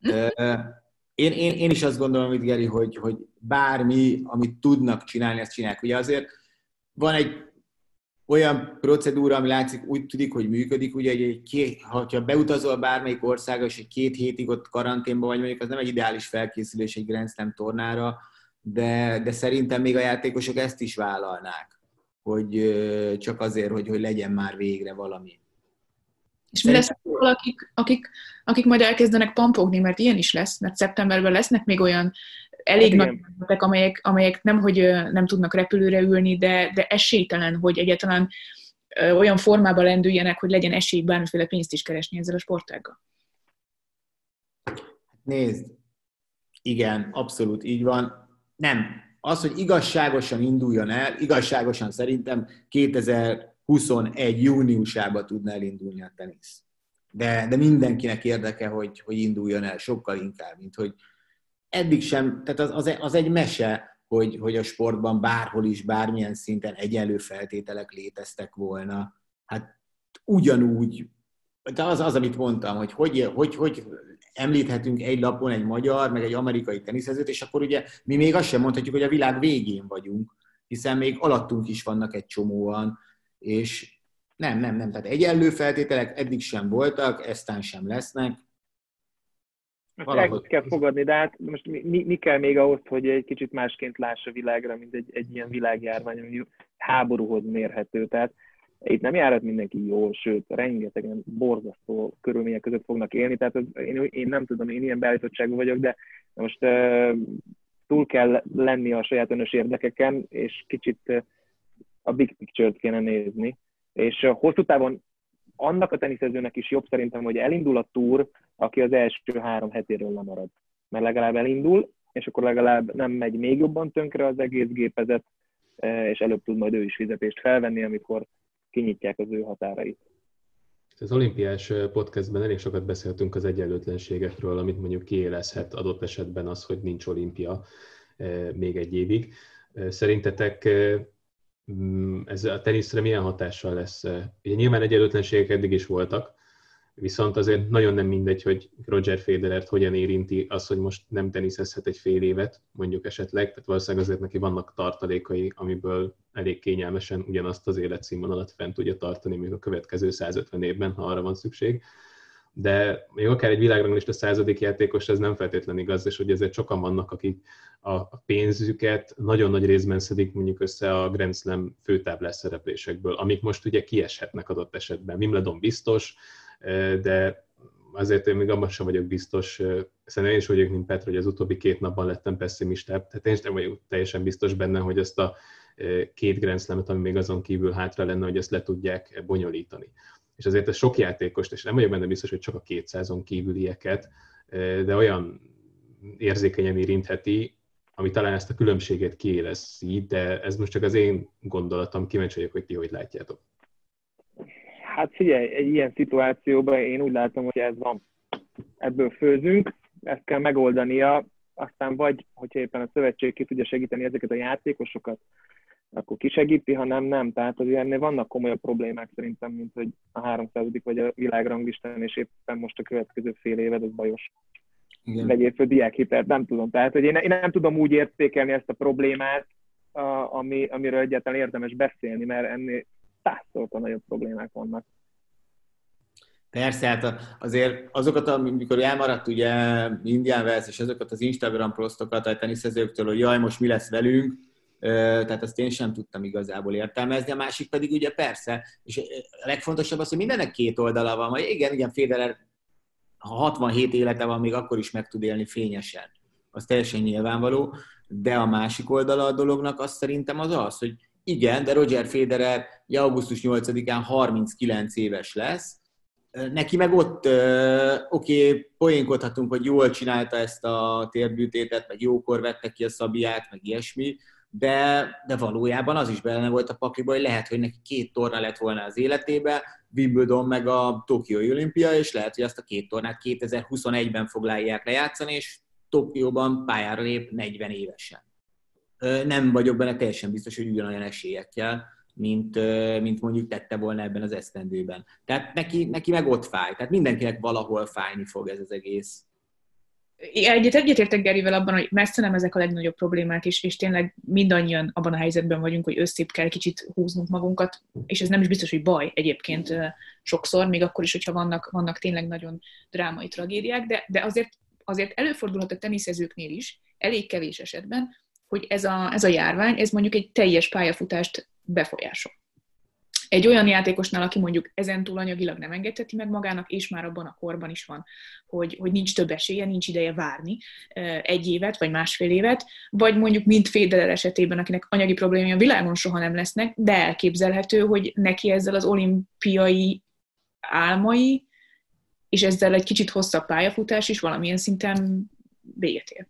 Én, én, én is azt gondolom, amit Geri, hogy, hogy bármi, amit tudnak csinálni, azt csinálják. Ugye azért van egy olyan procedúra, ami látszik, úgy tudik, hogy működik, ugye, hogy egy két, ha beutazol bármelyik országba, és egy két hétig ott karanténban vagy, mondjuk az nem egy ideális felkészülés egy Grand Slam tornára, de, de szerintem még a játékosok ezt is vállalnák, hogy csak azért, hogy, hogy legyen már végre valami. És mi lesz akik, akik, akik majd elkezdenek pampogni, mert ilyen is lesz, mert szeptemberben lesznek még olyan elég nagy területek, amelyek, amelyek nem, hogy nem tudnak repülőre ülni, de, de esélytelen, hogy egyáltalán olyan formában lendüljenek, hogy legyen esély bármiféle pénzt is keresni ezzel a sportággal. Nézd, igen, abszolút így van. Nem. Az, hogy igazságosan induljon el, igazságosan szerintem kétezer-huszonegy júniusában tudna elindulni a tenisz. De, de mindenkinek érdeke, hogy, hogy induljon el, sokkal inkább, mint hogy eddig sem, tehát az, az, az egy mese, hogy, hogy a sportban bárhol is, bármilyen szinten egyenlő feltételek léteztek volna. Hát ugyanúgy, de az, az amit mondtam, hogy hogy, hogy hogy említhetünk egy lapon egy magyar, meg egy amerikai teniszezőt, és akkor ugye mi még azt sem mondhatjuk, hogy a világ végén vagyunk, hiszen még alattunk is vannak egy csomóan, és nem, nem, nem, tehát egyenlő feltételek eddig sem voltak, eztán sem lesznek. El kell fogadni, de hát most mi, mi, mi kell még ahhoz, hogy egy kicsit másként lássa a világra, mint egy, egy ilyen világjárvány, ami háborúhoz mérhető. Tehát itt nem járhat mindenki jól, sőt, rengetegen borzasztó körülmények között fognak élni, tehát az, én, én nem tudom, én ilyen beállítottságú vagyok, de most uh, túl kell lenni a saját önös érdekeken, és kicsit uh, a big picture-t kéne nézni. És uh, hosszú távon annak a teniszezőnek is jobb szerintem, hogy elindul a túr, aki az első három hetéről lemarad. Mert legalább elindul, és akkor legalább nem megy még jobban tönkre az egész gépezet, és előbb tud majd ő is fizetést felvenni, amikor kinyitják az ő határait. Az olimpiás podcastben elég sokat beszéltünk az egyenlőtlenségekről, amit mondjuk kiélezhet adott esetben az, hogy nincs olimpia még egy évig. Szerintetek ez a teniszre milyen hatással lesz? Ugye nyilván egyenlőtlenségek eddig is voltak, viszont azért nagyon nem mindegy, hogy Roger Federert hogyan érinti az, hogy most nem teniszezhet egy fél évet, mondjuk esetleg, tehát valószínűleg azért neki vannak tartalékai, amiből elég kényelmesen ugyanazt az életszínvonalat fent tudja tartani még a következő százötven évben, ha arra van szükség. De még akár egy világranglista századik játékos, ez nem feltétlenül igaz, és hogy ezért sokan vannak, akik a pénzüket nagyon nagy részben szedik mondjuk össze a Grand Slam főtáblás szereplésekből, amik most ugye kieshetnek adott esetben. Wimbledon biztos, de azért én még abban sem vagyok biztos, szerintem én is vagyok, mint Petra, hogy az utóbbi két napban lettem pessimistább, tehát én is nem vagyok teljesen biztos benne, hogy ezt a két Grand Slamet, ami még azon kívül hátra lenne, hogy ezt le tudják bonyolítani. És azért ez sok játékost, és nem vagyok benne biztos, hogy csak a kétszázon kívülieket, de olyan érzékenyen érintheti, ami talán ezt a különbséget kiéleszi, de ez most csak az én gondolatom, kíváncsi vagyok, hogy ti hogy látjátok. Hát figyelj, egy ilyen szituációban én úgy látom, hogy ez van. Ebből főzünk, ezt kell megoldania, aztán vagy, hogyha éppen a szövetség ki tudja segíteni ezeket a játékosokat, akkor kisegíti, ha nem, nem. Tehát azért ennél vannak komolyabb problémák szerintem, mint hogy a háromszázadik vagy a világranglistán, és éppen most a következő fél éved, az bajos. Vegyél föl diákhitelt, nem tudom. Tehát, hogy én, én nem tudom úgy értékelni ezt a problémát, a, ami, amiről egyáltalán érdemes beszélni, mert ennél százszorta nagyobb problémák vannak. Persze, hát azért azokat, amikor elmaradt ugye Indian Wells, és azokat az Instagram posztokat a teniszezőktől, hogy jaj, most mi lesz velünk, tehát azt én sem tudtam igazából értelmezni. A másik pedig ugye persze, és a legfontosabb az, hogy mindennek két oldala van, vagy igen, igen, Federer, ha hatvanhét élete van, még akkor is meg tud élni fényesen. Az teljesen nyilvánvaló, de a másik oldala a dolognak azt szerintem az az, hogy igen, de Roger Federer augusztus nyolcadikán harminckilenc éves lesz, neki meg ott, oké, okay, poénkodhatunk, hogy jól csinálta ezt a térbűtétet, meg jókor vette ki a szabiát, meg ilyesmi, de, de valójában az is benne volt a pakliba, hogy lehet, hogy neki két torna lett volna az életébe, Wimbledon meg a Tokiói olimpia, és lehet, hogy azt a két tornát kétezer-huszonegyben foglalják lejátszani, és Tokióban pályára lép negyven évesen. Nem vagyok benne teljesen biztos, hogy ugyanolyan esélyekkel, mint, mint mondjuk tette volna ebben az esztendőben. Tehát neki, neki meg ott fáj. Tehát mindenkinek valahol fájni fog ez az egész. Egyet egyetértek Gerivel abban, hogy messze nem ezek a legnagyobb problémák, és, és tényleg mindannyian abban a helyzetben vagyunk, hogy összébb kell kicsit húznunk magunkat, és ez nem is biztos, hogy baj egyébként sokszor, még akkor is, hogyha vannak, vannak tényleg nagyon drámai tragédiák, de, de azért, azért előfordulhat a teniszezőknél is, elég kevés esetben, hogy ez a, ez a járvány, ez mondjuk egy teljes pályafutást befolyásol. Egy olyan játékosnál, aki mondjuk ezentúl anyagilag nem engedheti meg magának, és már abban a korban is van, hogy, hogy nincs több esélye, nincs ideje várni egy évet, vagy másfél évet, vagy mondjuk mint Federer esetében, akinek anyagi problémái a világon soha nem lesznek, de elképzelhető, hogy neki ezzel az olimpiai álmai, és ezzel egy kicsit hosszabb pályafutás is valamilyen szinten véget ér.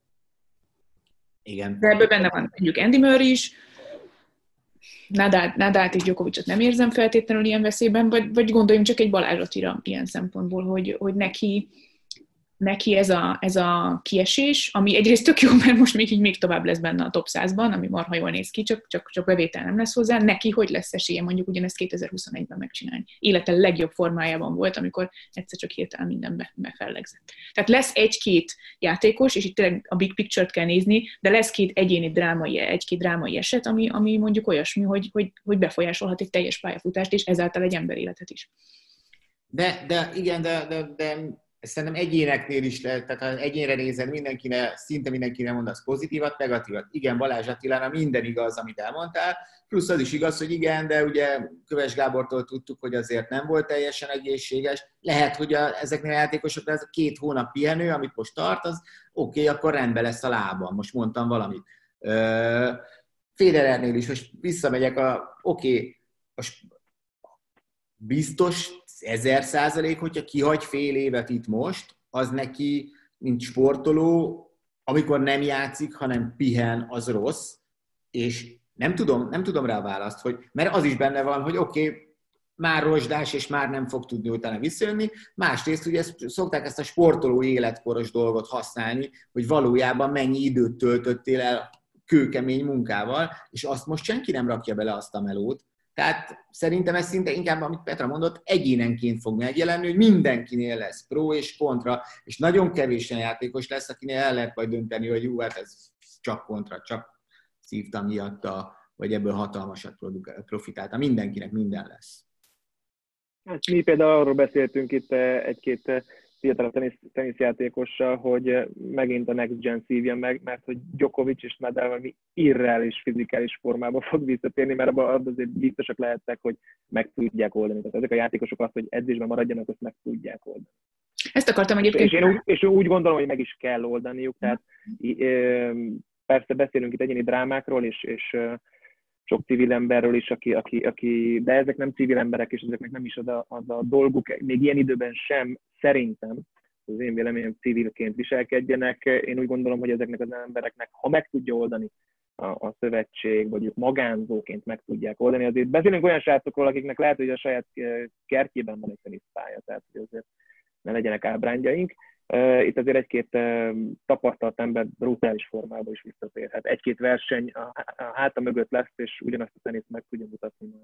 Igen. De ebből benne van mondjuk Andy Murray is, Nadal, Nadált és Djokovicot nem érzem feltétlenül ilyen veszélyben, vagy, vagy gondoljunk csak egy Balázs Attila ilyen szempontból, hogy, hogy neki, neki ez, a, ez a kiesés, ami egyrészt tök jó, mert most még így még tovább lesz benne a top százban, ami marha jól néz ki, csak, csak, csak bevétel nem lesz hozzá, neki hogy lesz esélye mondjuk ugyanezt kétezer-huszonegyben megcsinálni. Élete legjobb formájában volt, amikor egyszer csak hirtelen mindenbe befellegzett. Tehát lesz egy-két játékos, és itt tényleg a big picture-t kell nézni, de lesz két egyéni drámai, egy-két drámai eset, ami, ami mondjuk olyasmi, hogy, hogy, hogy befolyásolhat egy teljes pályafutást, és ezáltal egy ember életet is. De, de igen, de, de, de szerintem egyéneknél is lehet, tehát ha egyénre nézed, mindenkine, szinte mindenkire mondasz pozitívat, negatívat. Igen, Balázs Attilára minden igaz, amit elmondtál, plusz az is igaz, hogy igen, de ugye Köves Gábortól tudtuk, hogy azért nem volt teljesen egészséges. Lehet, hogy a, ezeknél a játékosoknál ez a két hónap pihenő, amit most tart, az oké, okay, akkor rendben lesz a lábam. Most mondtam valamit. Federernél is, most visszamegyek a, oké, okay, biztos ezer százalék, hogyha kihagy fél évet itt most, az neki, mint sportoló, amikor nem játszik, hanem pihen, az rossz, és nem tudom, nem tudom rá a választ, hogy, mert az is benne van, hogy oké, okay, már rozsdás, és már nem fog tudni utána visszajönni. Másrészt ugye ezt, szokták ezt a sportoló életkoros dolgot használni, hogy valójában mennyi időt töltöttél el kőkemény munkával, és azt most senki nem rakja bele azt a melót. Tehát szerintem ez szinte inkább, amit Petra mondott, egyénenként fog megjelenni, hogy mindenkinél lesz pro és kontra, és nagyon kevés játékos lesz, akinél el lehet majd dönteni, hogy jó, hát ez csak kontra, csak szívtam miatta, vagy ebből hatalmasat profitálta. Mindenkinek minden lesz. Hát mi például arról beszéltünk itt egy-két fiatal tenisz, teniszjátékossal, hogy megint a Next Gen szívja meg, mert hogy Djokovic és Nadal valami irreális fizikális formába fog visszatérni, mert abban azért biztosak lehettek, hogy meg tudják oldani. Tehát ezek a játékosok azt, hogy edzésben maradjanak, azt meg tudják oldani. Ezt akartam egyébként. És én úgy, és úgy gondolom, hogy meg is kell oldaniuk. Tehát persze beszélünk itt egyéni drámákról, és, és sok civil emberről is, aki, aki, aki, de ezek nem civil emberek, és ezeknek nem is az a, az a dolguk, még ilyen időben sem, szerintem, az én véleményem, civilként viselkedjenek. Én úgy gondolom, hogy ezeknek az embereknek, ha meg tudja oldani a, a szövetség, vagy ők magánzóként meg tudják oldani, azért beszélünk olyan srácokról, akiknek lehet, hogy a saját kertjében van egy teniszpálya, tehát hogy azért ne legyenek ábrándjaink. Itt azért egy-két tapasztalt ember brutális formában is visszatérhet. Egy-két verseny a háta mögött lesz, és ugyanazt a teniszt meg tudja mutatni majd.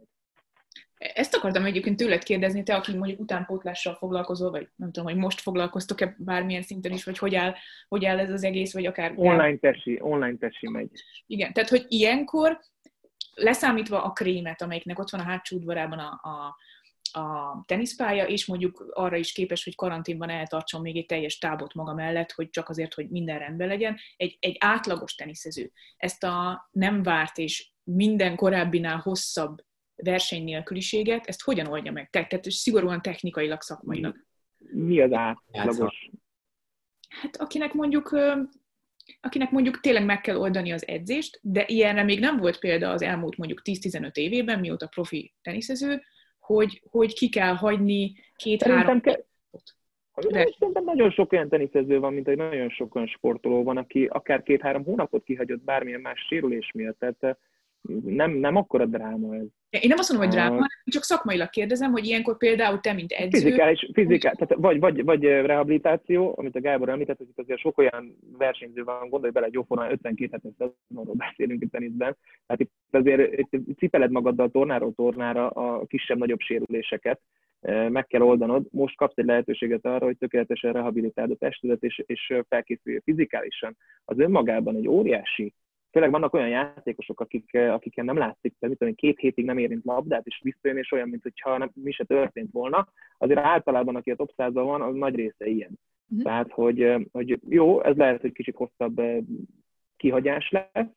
Ezt akartam egyébként tőled kérdezni, te, aki mondjuk utánpótlással foglalkozol, vagy nem tudom, hogy most foglalkoztok-e bármilyen szinten is, vagy hogy áll, hogy áll ez az egész, vagy akár... Online tesi, online tesi megy. Igen, tehát hogy ilyenkor, leszámítva a krémet, amelyiknek ott van a hátsó udvarában a, a a teniszpálya, és mondjuk arra is képes, hogy karanténban eltartson még egy teljes tábot maga mellett, hogy csak azért, hogy minden rendben legyen. Egy, egy átlagos teniszező ezt a nem várt és minden korábbinál hosszabb verseny nélküliséget, ezt hogyan oldja meg? Te, tehát szigorúan technikailag, szakmailag. Mi az átlagos? Hát akinek mondjuk, akinek mondjuk tényleg meg kell oldani az edzést, de ilyenre még nem volt példa az elmúlt mondjuk tíz-tizenöt évében, mióta profi teniszező, Hogy, hogy ki kell hagyni két-három... Ke- Szerintem nagyon sok olyan teniszező van, mint egy nagyon sok olyan sportoló van, aki akár két-három hónapot kihagyott bármilyen más sérülés miatt. Tehát nem, nem akkora dráma ez. Én nem azt mondom, hogy dráma, hanem csak szakmailag kérdezem, hogy ilyenkor például te, mint edző... Fizikális, fizikál, tehát vagy, vagy, vagy rehabilitáció, amit a Gábor említett, hogy itt azért sok olyan versenyző van, gondolj bele, egy jóformán ötvenkét hetes szezonról beszélünk a teniszben. Tehát itt azért itt cipeled magaddal tornáról tornára a kisebb-nagyobb sérüléseket, meg kell oldanod. Most kapsz egy lehetőséget arra, hogy tökéletesen rehabilitáld a testedet, és, és felkészülj fizikálisan. Az önmagában egy óriási. Tényleg vannak olyan játékosok, akik, akiken nem látszik, tehát mit tudom, két hétig nem érint labdát, és visszajön, és olyan, mintha nem, mi se történt volna. Azért általában, aki a top százban van, az nagy része ilyen. Uh-huh. Tehát, hogy, hogy jó, ez lehet, hogy kicsit hosszabb kihagyás lesz,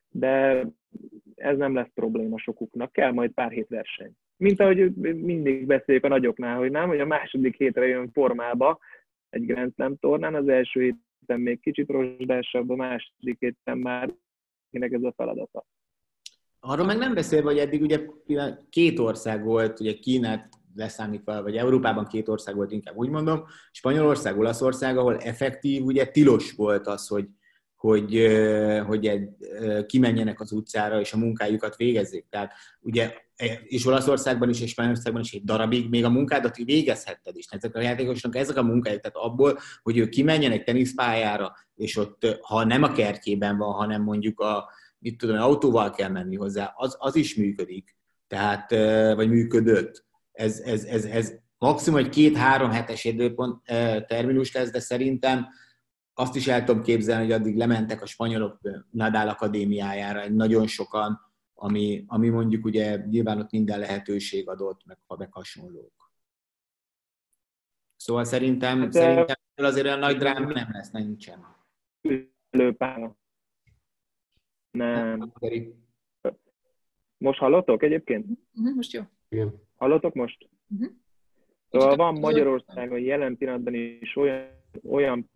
de ez nem lesz probléma sokuknak. Kell majd pár hét verseny. Mint ahogy mindig beszéljük a nagyoknál, hogy nem, hogy a második hétre jön formába egy Grand Slam tornán, az első héten még kicsit rozsdásabb, a második héten már kinek ez a feladata. Arról meg nem beszélve, hogy eddig ugye két ország volt, ugye Kínát leszámítva, vagy Európában két ország volt, inkább úgy mondom, Spanyolország, Olaszország, ahol effektív, ugye tilos volt az, hogy, hogy, hogy kimenjenek az utcára, és a munkájukat végezzék. Tehát ugye, és Olaszországban is, és Spanyolországban is egy darabig még a munkádat végezhetted is. Ezek a játékosnak ezek a munkájuk, tehát abból, hogy ő kimenjen egy teniszpályára, és ott, ha nem a kertjében van, hanem mondjuk a, mit tudom, autóval kell menni hozzá, az, az is működik. Tehát, vagy működött. Ez, ez, ez, ez maximum egy két-három hetes időpont terminus lesz, de szerintem azt is el tudom képzelni, hogy addig lementek a spanyolok Nadal akadémiájára, nagyon sokan, ami, ami mondjuk ugye nyilván ott minden lehetőség adott, meg, meg hasonlók. Szóval szerintem, hát, szerintem azért olyan nagy dráma nem lesz, nincsen. Lőpálya. Nem. Most hallottok egyébként? Uh-huh, most jó. Igen. Hallottok most? Uh-huh. Szóval van Magyarországon jelen pillanatban is olyan, olyan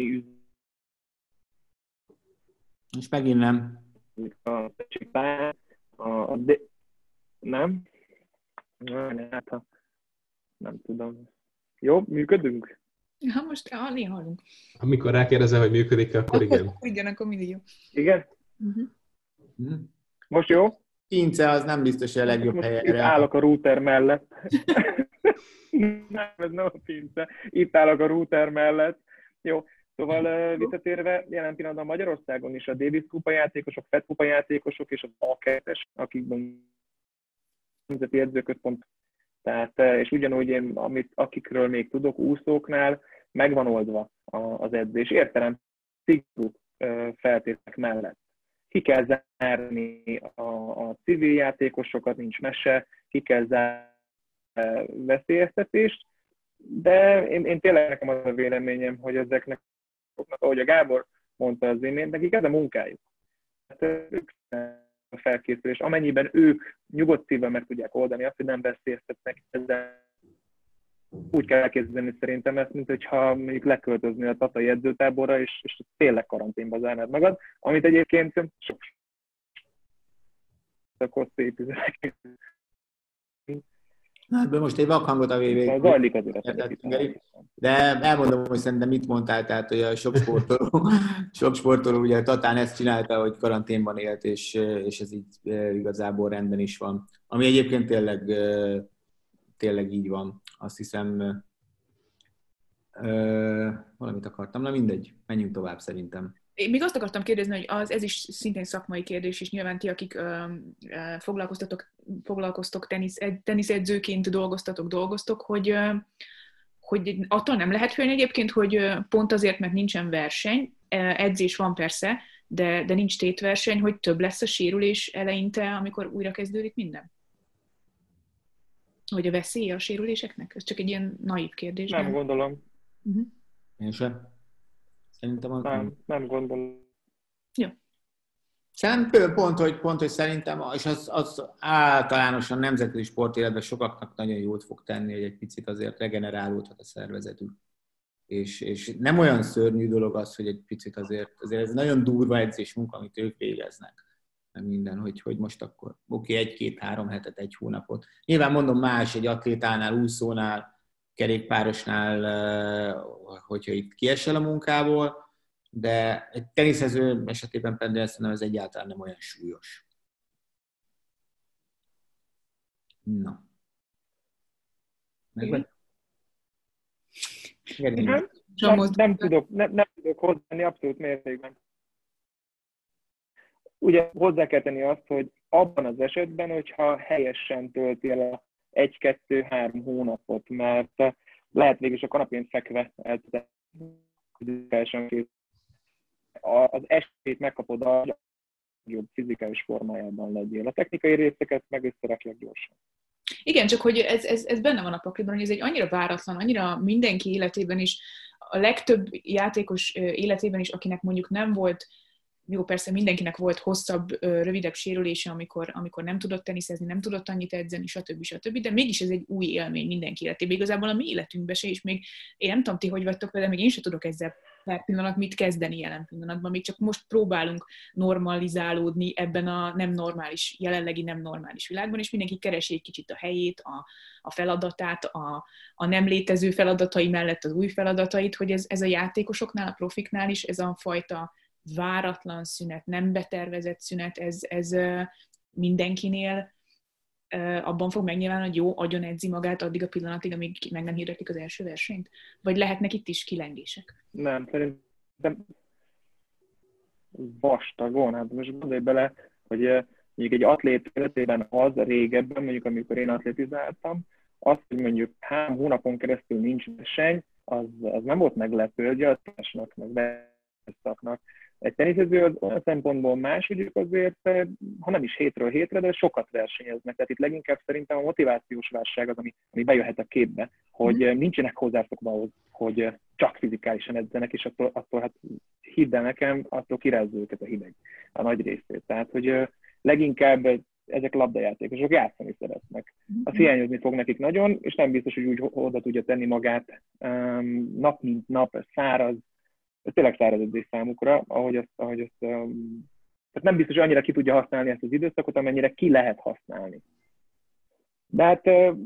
és megint nem. A, a, a de, nem? Na, hát, ha, nem tudom. Jó, működünk? Ha most, ah, néha hallunk. Amikor rákérdezel, hogy működik, akkor igen. Igen, akkor mindig jó. Igen? Uh-huh. Most jó? Kince az nem biztos, hogy a legjobb most hely itt erre. állok a router mellett. Nem, ez nem a pince. Itt állok a router mellett. Jó, szóval uh, visszatérve, jelen pillanatban Magyarországon is a Davis kupa játékosok, Fed kupa játékosok és az á kettes, akikben nemzeti edzőközpont, tehát, és ugyanúgy én, amit, akikről még tudok, úszóknál megvan oldva az edzés. Értelem, szigorú feltételek mellett. Ki kell zárni a, a civil játékosokat, nincs mese, ki kell zárni a veszélyeztetést, de én, én tényleg nekem az a véleményem, hogy ezeknek, ahogy a Gábor mondta az imént, nekik ez a munkájuk. Tehát ők a felkészülés, amennyiben ők nyugodt szívvel meg tudják oldani azt, hogy nem veszélyeztetnek ezzel. Úgy kell elképzelni szerintem ezt, mint hogyha mondjuk leköltözni a tatai edzőtáborra, és, és tényleg karanténba zárnád magad, amit egyébként sok hosszú épületek. Na, ebből most egy vakhangot a vé vé. Zajlik azért. De elmondom, hogy szerintem mit mondtál, tehát hogy a sok sportoló, sok sportoló ugye Tatán ezt csinálta, hogy karanténban élt, és, és ez így igazából rendben is van. Ami egyébként tényleg, tényleg így van. Azt hiszem, ö, valamit akartam, na mindegy, menjünk tovább szerintem. Én még azt akartam kérdezni, hogy az, ez is szintén szakmai kérdés, és nyilván ti, akik ö, ö, foglalkoztatok, foglalkoztok tenisz, teniszedzőként, dolgoztatok, dolgoztok, hogy, ö, hogy attól nem lehet félni egyébként, hogy pont azért, mert nincsen verseny, edzés van persze, de, de nincs tétverseny, hogy több lesz a sérülés eleinte, amikor újra kezdődik minden? Hogy a veszélye a sérüléseknek? Ez csak egy ilyen naív kérdés. Nem, nem? gondolom. Uh-huh. Én sem. Szerintem az nem, nem gondolom. Jó. Szerintem pont, hogy, pont, hogy szerintem, és az, az általánosan nemzetközi sportéletben sokaknak nagyon jót fog tenni, hogy egy picit azért regenerálódhat a szervezetük. És, és nem olyan szörnyű dolog az, hogy egy picit azért, azért ez nagyon durva edzés munka, amit ők végeznek. Minden, hogy, hogy most akkor oké, okay, egy-két-három hetet, egy hónapot. Nyilván mondom más, egy atlétánál, úszónál, kerékpárosnál, hogyha itt kiesel a munkából, de egy teniszező esetében például szerintem ez egyáltalán nem olyan súlyos. Na. Megvan? Nem, nem, nem, tudok, nem, nem tudok hozzátenni abszolút mértékben. Ugye hozzá kell tenni azt, hogy abban az esetben, hogyha helyesen tölti el a egy-kettő-három hónapot, mert lehet végül is a kanapén fekve az esélyt megkapod a jobb fizikális formájában legyél. A technikai részeket meg összerakják gyorsan. Igen, csak hogy ez, ez, ez benne van a pakliban, hogy ez egy annyira váratlan, annyira mindenki életében is, a legtöbb játékos életében is, akinek mondjuk nem volt, jó, persze mindenkinek volt hosszabb, rövidebb sérülése, amikor, amikor nem tudott teniszezni, nem tudott annyit edzeni, stb. stb. De mégis ez egy új élmény mindenki életében. Igazából a mi életünkben se, és még én nem tudom ti, hogy vagytok vele, még én sem tudok ezzel per pillanat mit kezdeni jelen pillanatban. Még csak most próbálunk normalizálódni ebben a nem normális, jelenlegi nem normális világban, és mindenki keresi egy kicsit a helyét, a, a feladatát, a, a nem létező feladatai mellett az új feladatait, hogy ez, ez a játékosoknál, a profiknál is ez a fajta váratlan szünet, nem betervezett szünet, ez, ez mindenkinél abban fog megnyilvánulni, hogy jó, agyon edzi magát addig a pillanatig, amíg meg nem hirdetik az első versenyt? Vagy lehetnek itt is kilengések? Nem, szerintem vastagon. Hát most gondolj bele, hogy mondjuk egy atlét életében az régebben, mondjuk amikor én atlétizáltam, az, hogy mondjuk három hónapon keresztül nincs verseny, az, az nem volt meglepő, hogy a társnak, meg beszaknak. Egy teniszező az olyan szempontból más, hogy ők azért, ha nem is hétről hétre, de sokat versenyeznek. Tehát itt leginkább szerintem a motivációs válság az, ami, ami bejöhet a képbe, hogy mm. nincsenek hozzászokva ahhoz, hogy csak fizikálisan edzenek, és attól, attól hát hidd el nekem, attól kirázza őket a hideg a nagy részét. Tehát, hogy leginkább ezek labdajátékosok játszani szeretnek. Az hiányozni fog nekik nagyon, és nem biztos, hogy úgy oda tudja tenni magát um, nap mint nap, száraz, ez tényleg száraz edzés számukra, ahogy azt, ahogy azt um, tehát nem biztos, hogy annyira ki tudja használni ezt az időszakot, amennyire ki lehet használni. De hát uh,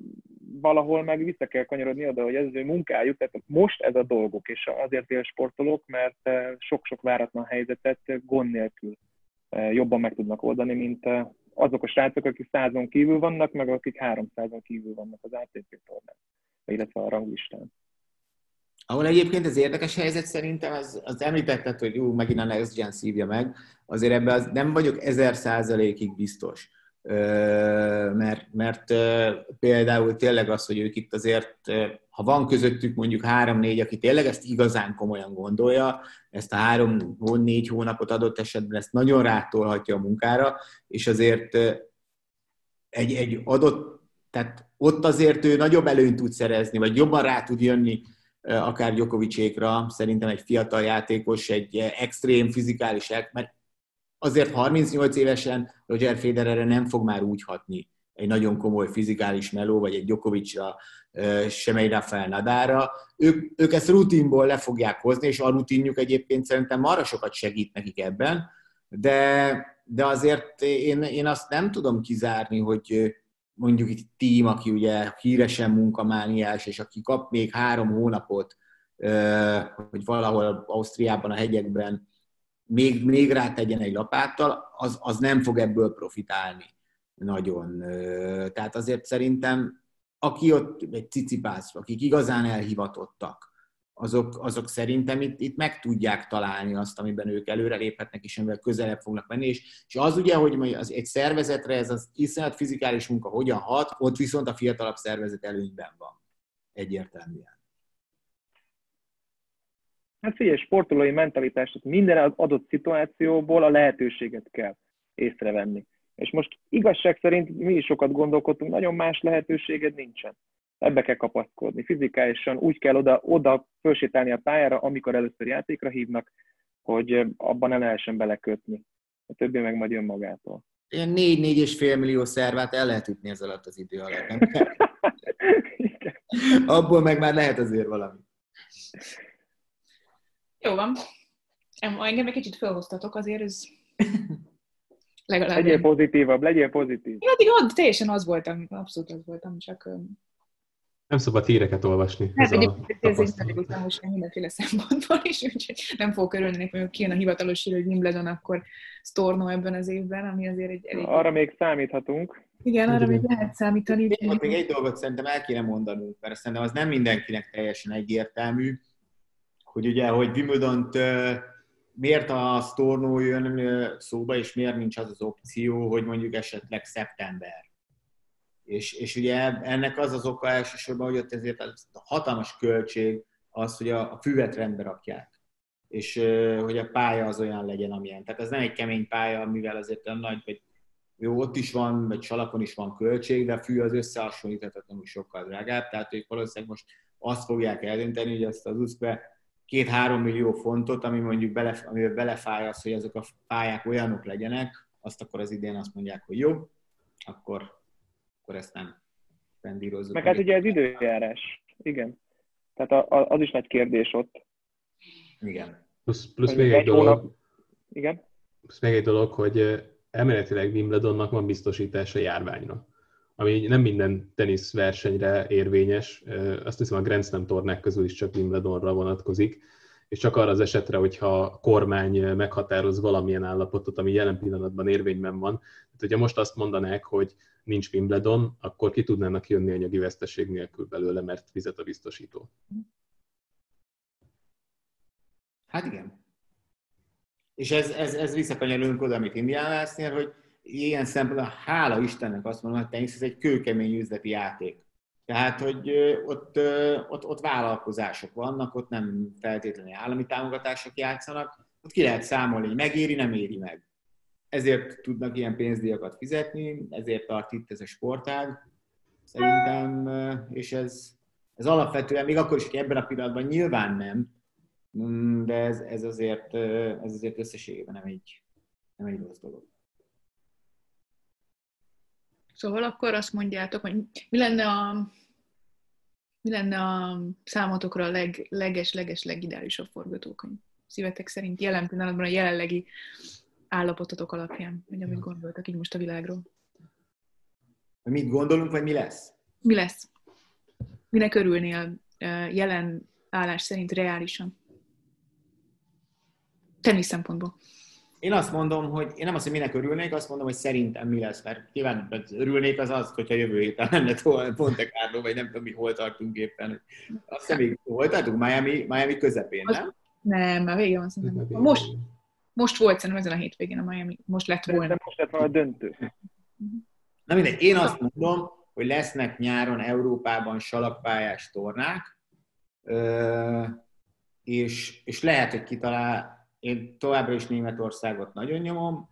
valahol meg vissza kell kanyarodni oda, hogy ez az ő munkájuk, tehát most ez a dolguk, és azért élsportolók, mert sok-sok váratlan helyzetet gond nélkül jobban meg tudnak oldani, mint azok a srácok, akik százon kívül vannak, meg akik háromszázon kívül vannak az á té pé tornán, illetve a ranglistán. Ahol egyébként az érdekes helyzet szerintem, az, az említetted, hogy ú, megint a Next Gen szívja meg, azért ebben az nem vagyok ezer százalékig biztos. Mert, mert például tényleg az, hogy ők itt azért, ha van közöttük mondjuk három-négy, aki tényleg ezt igazán komolyan gondolja, ezt a három-négy hónapot adott esetben ezt nagyon rátolhatja a munkára, és azért egy, egy adott, tehát ott azért ő nagyobb előnyt tud szerezni, vagy jobban rá tud jönni akár Djokovicékra, szerintem egy fiatal játékos, egy extrém fizikális, mert azért harmincnyolc évesen Roger Federerre nem fog már úgy hatni egy nagyon komoly fizikális meló, vagy egy Djokovicra, sem egy Rafael Nadalra. Ők, ők ezt rutinból le fogják hozni, és a rutinjuk egyébként szerintem marra sokat segít nekik ebben, de, de azért én, én azt nem tudom kizárni, hogy mondjuk egy tím, aki ugye híresen munkamániás, és aki kap még három hónapot, hogy valahol Ausztriában, a hegyekben még, még rátegyen egy lapáttal, az, az nem fog ebből profitálni nagyon. Tehát azért szerintem, aki ott, egy Cicipász, akik igazán elhivatottak, azok, azok szerintem itt, itt meg tudják találni azt, amiben ők előreléphetnek, és amivel közelebb fognak menni. És, és az ugye, hogy az egy szervezetre ez az iszonyat fizikális munka hogyan hat, ott viszont a fiatalabb szervezet előnyben van. Egyértelműen. Hát figyelj, sportolói mentalitást, minden adott szituációból a lehetőséget kell észrevenni. És most igazság szerint mi is sokat gondolkodtunk, nagyon más lehetőséged nincsen. Ebbe kell kapaszkodni. Fizikálisan úgy kell oda, oda fölsétálni a pályára, amikor először játékra hívnak, hogy abban ne lehessen belekötni. A többi meg majd jön magától. Ilyen négy-négy és fél millió szervát el lehet ütni ez alatt az idő alatt, nem? Abból meg már lehet azért valami. Jó van. Engem egy kicsit felhoztatok, azért ez legalább... Legyél pozitívabb, legyél pozitív. Én addig ad, teljesen az voltam, abszolút az voltam, csak... Nem szabad híreket olvasni. Hát egyébként ez egy nagyon utánhoság mindenféle szempontból is, úgyhogy nem fogok örülni neki, hogy kijön a hivatalos hír, hogy Wimbledon, akkor Storno ebben az évben, ami azért egy elég... Arra még számíthatunk. Igen, arra még lehet számítani. Még, még egy dolgot szerintem el kéne mondanunk, mert szerintem az nem mindenkinek teljesen egyértelmű, hogy ugye, hogy Wimbledont miért a Storno jön szóba, és miért nincs az az opció, hogy mondjuk esetleg szeptember. És, és ugye ennek az az oka elsősorban, hogy ott ezért a hatalmas költség az, hogy a, a füvet rendbe rakják, és hogy a pálya az olyan legyen, amilyen. Tehát ez nem egy kemény pálya, mivel azért olyan nagy, vagy jó, ott is van, vagy salakon is van költség, de a fű az összehasonlíthatatlanul sokkal drágább, tehát ők valószínűleg most azt fogják eldönteni, hogy ezt az u es pé két-három millió fontot, ami mondjuk bele, amivel belefáj az, hogy azok a pályák olyanok legyenek, azt akkor az idén azt mondják, hogy jó, akkor akkor ezt nem rendírozzuk. Meg hát ugye ez időjárás. Igen. Tehát a, a, az is nagy kérdés ott. Igen. Plusz, plusz még egy dolog. Hónap... Igen. Plusz még egy dolog, hogy elméletileg Wimbledonnak van biztosítása járványra, ami nem minden teniszversenyre érvényes. Azt hiszem a Grand Slam tornák közül is csak Wimbledonra vonatkozik, és csak arra az esetre, hogyha a kormány meghatároz valamilyen állapotot, ami jelen pillanatban érvényben van. Tehát, hogyha most azt mondanák, hogy nincs Wimbledon, akkor ki tudnának jönni anyagi veszteség nélkül belőle, mert fizet a biztosító. Hát igen. És ez, ez, ez visszakanyarulunk oda, amit Indian Wells-nél, hogy ilyen szempontból, hála Istennek azt mondom, hogy tenisz, ez egy kőkemény üzleti játék. Tehát, hogy ott, ott, ott vállalkozások vannak, ott nem feltétlenül állami támogatások játszanak, ott ki lehet számolni, hogy megéri, nem éri meg. Ezért tudnak ilyen pénzdíjakat fizetni, ezért tart itt ez a sportág, szerintem, és ez, ez alapvetően, még akkor is, hogy ebben a pillanatban nyilván nem, de ez, ez, azért, ez azért összességében nem egy, nem egy rossz dolog. Szóval akkor azt mondjátok, hogy mi lenne a, mi lenne a számotokra a leg, leges-leges legideálisabb forgatókönyv? Szívetek szerint jelen pillanatban a jelenlegi állapototok alapján, vagy amit gondoltak így most a világról. Mit gondolunk, vagy mi lesz? Mi lesz? Minek örülnél jelen állás szerint reálisan? Tenisz szempontból. Én azt mondom, hogy én nem azt, hogy minek örülnék, azt mondom, hogy szerintem mi lesz, mert nyilván örülnék az az, hogyha jövő héten lenne Monte Carlo, vagy nem tudom, mi hol tartunk éppen. Azt hiszem, még hol tartunk? Miami, Miami közepén, nem? Az, nem, már vége van szerintem. Most, most volt szerintem ezen a hétvégén a Miami, most lett volna. De most lett volna a döntő. Na mindegy, én azt mondom, hogy lesznek nyáron Európában salakpályás tornák, és, és lehet, hogy kitalál. Én továbbra is Németországot nagyon nyomom,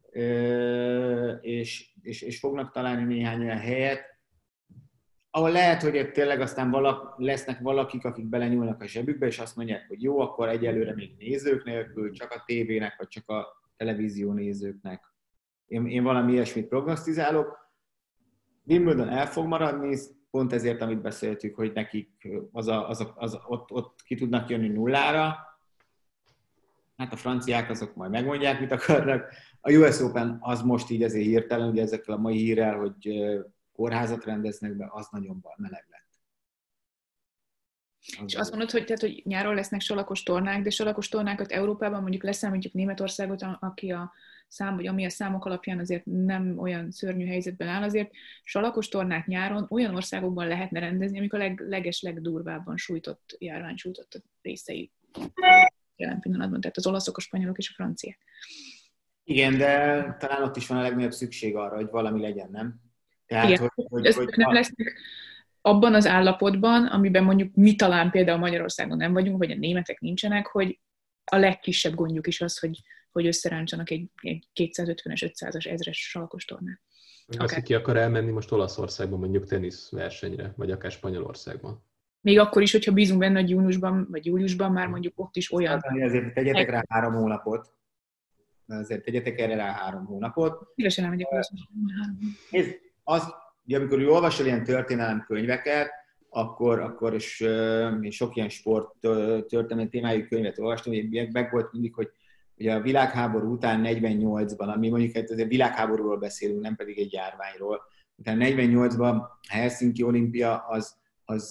és, és, és fognak találni néhány olyan helyet, ahol lehet, hogy tényleg aztán valak, lesznek valakik, akik belenyúlnak a zsebükbe, és azt mondják, hogy jó, akkor egyelőre még nézők nélkül, csak a tévének, vagy csak a televízió nézőknek. Én, én valami ilyesmit prognosztizálok. Wimbledon el fog maradni, pont ezért, amit beszéltük, hogy nekik az a, az a, az, ott, ott ki tudnak jönni nullára. Hát a franciák azok majd megmondják, mit akarnak. A U S Open az most így azért hirtelen, ugye ezekkel a mai hírrel, hogy kórházat rendeznek be, az nagyon meleg lett. Az és azt mondod, hogy, tehát, hogy nyáron lesznek salakos tornák, de salakos tornákat Európában mondjuk leszámítjuk Németországot, aki a szám, vagy ami a számok alapján azért nem olyan szörnyű helyzetben áll, azért salakos tornák nyáron olyan országokban lehetne rendezni, amik a leg, leges, legdurvábban sújtott, járvány sújtott részei jelen pillanatban, tehát az olaszok, a spanyolok és a franciák. Igen, de talán ott is van a legnagyobb szükség arra, hogy valami legyen, nem? Tehát, igen, hogy, hogy, hogy, hogy nem lesznek abban az állapotban, amiben mondjuk mi talán például Magyarországon nem vagyunk, vagy a németek nincsenek, hogy a legkisebb gondjuk is az, hogy, hogy összeráncsanak egy, egy kétszázötvenes, ötszázas, ezres salakos tornát. Az, hogy ki akar elmenni most Olaszországban mondjuk tenisz versenyre, vagy akár Spanyolországban. Még akkor is, hogyha bízunk benne, hogy júniusban, vagy júliusban már mondjuk ott is olyan... Azért tegyetek rá három hónapot. Azért tegyetek erre rá három hónapot. Szívesen elmegyek Olaszországban. Nézd, az, amikor olvasol ilyen történelemkönyveket, akkor, akkor is én sok ilyen sport történelmi témájú könyvet olvastam, hogy meg volt mindig, hogy ugye a világháború után negyvennyolcban, ami mondjuk hát azért világháborúról beszélünk, nem pedig egy járványról, utána negyvennyolcban a Helsinki olimpia az, az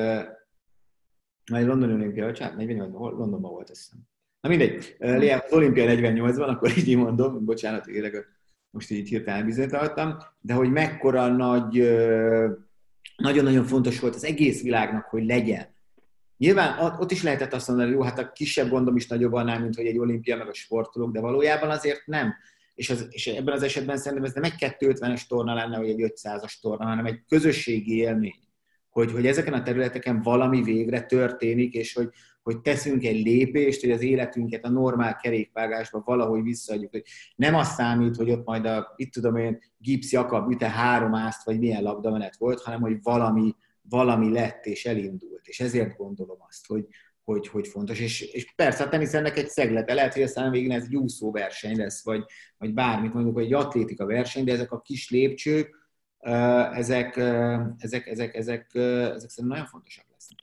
majd Londoni olimpia, bocsánat, negyvennyolcban, Londonban volt, azt hiszem. Na mindegy, az olimpia negyvennyolcban, akkor így mondom, bocsánat, tényleg most így hirtelen bizonytalanodtam, de hogy mekkora nagy, nagyon-nagyon fontos volt az egész világnak, hogy legyen. Nyilván ott is lehetett azt mondani, hogy jó, hát a kisebb gondom is nagyobb annál, mint hogy egy olimpia, meg a sportolók, de valójában azért nem. És, az, és ebben az esetben szerintem ez nem egy kétszázötvenes torna lenne, vagy egy ötszázas torna, hanem egy közösségi élmény. Hogy, hogy ezeken a területeken valami végre történik, és hogy, hogy teszünk egy lépést, hogy az életünket a normál kerékvágásba valahogy visszaadjuk. Hogy nem az számít, hogy ott majd a, itt tudom én, Gibbs Jakab üte három ászt, vagy milyen labdamenet volt, hanem hogy valami, valami lett és elindult. És ezért gondolom azt, hogy, hogy, hogy fontos. És, és persze a tenisz ennek egy szeglete. Lehet, hogy aztán végén ez egy úszóverseny lesz, vagy, vagy bármit mondjuk, vagy egy atlétika verseny, de ezek a kis lépcsők, ezek, ezek, ezek, ezek, ezek szerintem nagyon fontosak lesznek.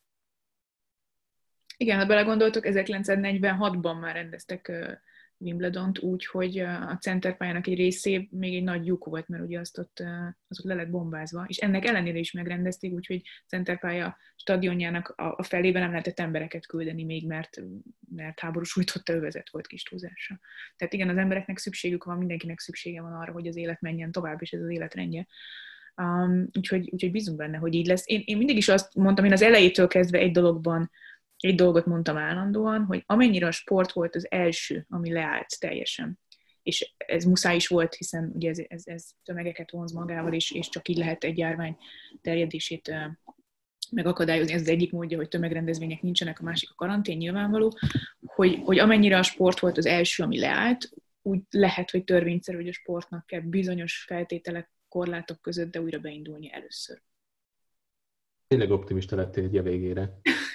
Igen, ha belegondoltok, ezerkilencszáznegyvenhatban már rendeztek Wimbledont úgy, hogy a centerpályának egy részé még egy nagy lyuk volt, mert ugye azt ott, az ott le lett bombázva, és ennek ellenére is megrendezték, úgyhogy centerpálya stadionjának a felében nem lehetett embereket küldeni még, mert, mert háború sújtotta övezet volt kis túlzásra. Tehát igen, az embereknek szükségük van, mindenkinek szüksége van arra, hogy az élet menjen tovább, és ez az életrendje. Um, úgyhogy, úgyhogy bízunk benne, hogy így lesz. Én, én mindig is azt mondtam, én az elejétől kezdve egy dologban Egy dolgot mondtam állandóan, hogy amennyire a sport volt az első, ami leállt teljesen, és ez muszáj is volt, hiszen ugye ez, ez, ez tömegeket vonz magával, és, és csak így lehet egy járvány terjedését megakadályozni. Ez az egyik módja, hogy tömegrendezvények nincsenek, a másik a karantén nyilvánvaló, hogy, hogy amennyire a sport volt az első, ami leállt, úgy lehet, hogy törvényszerű, hogy a sportnak kell bizonyos feltételek, korlátok között, de újra beindulni először. Tényleg optimista lettél egy a végére.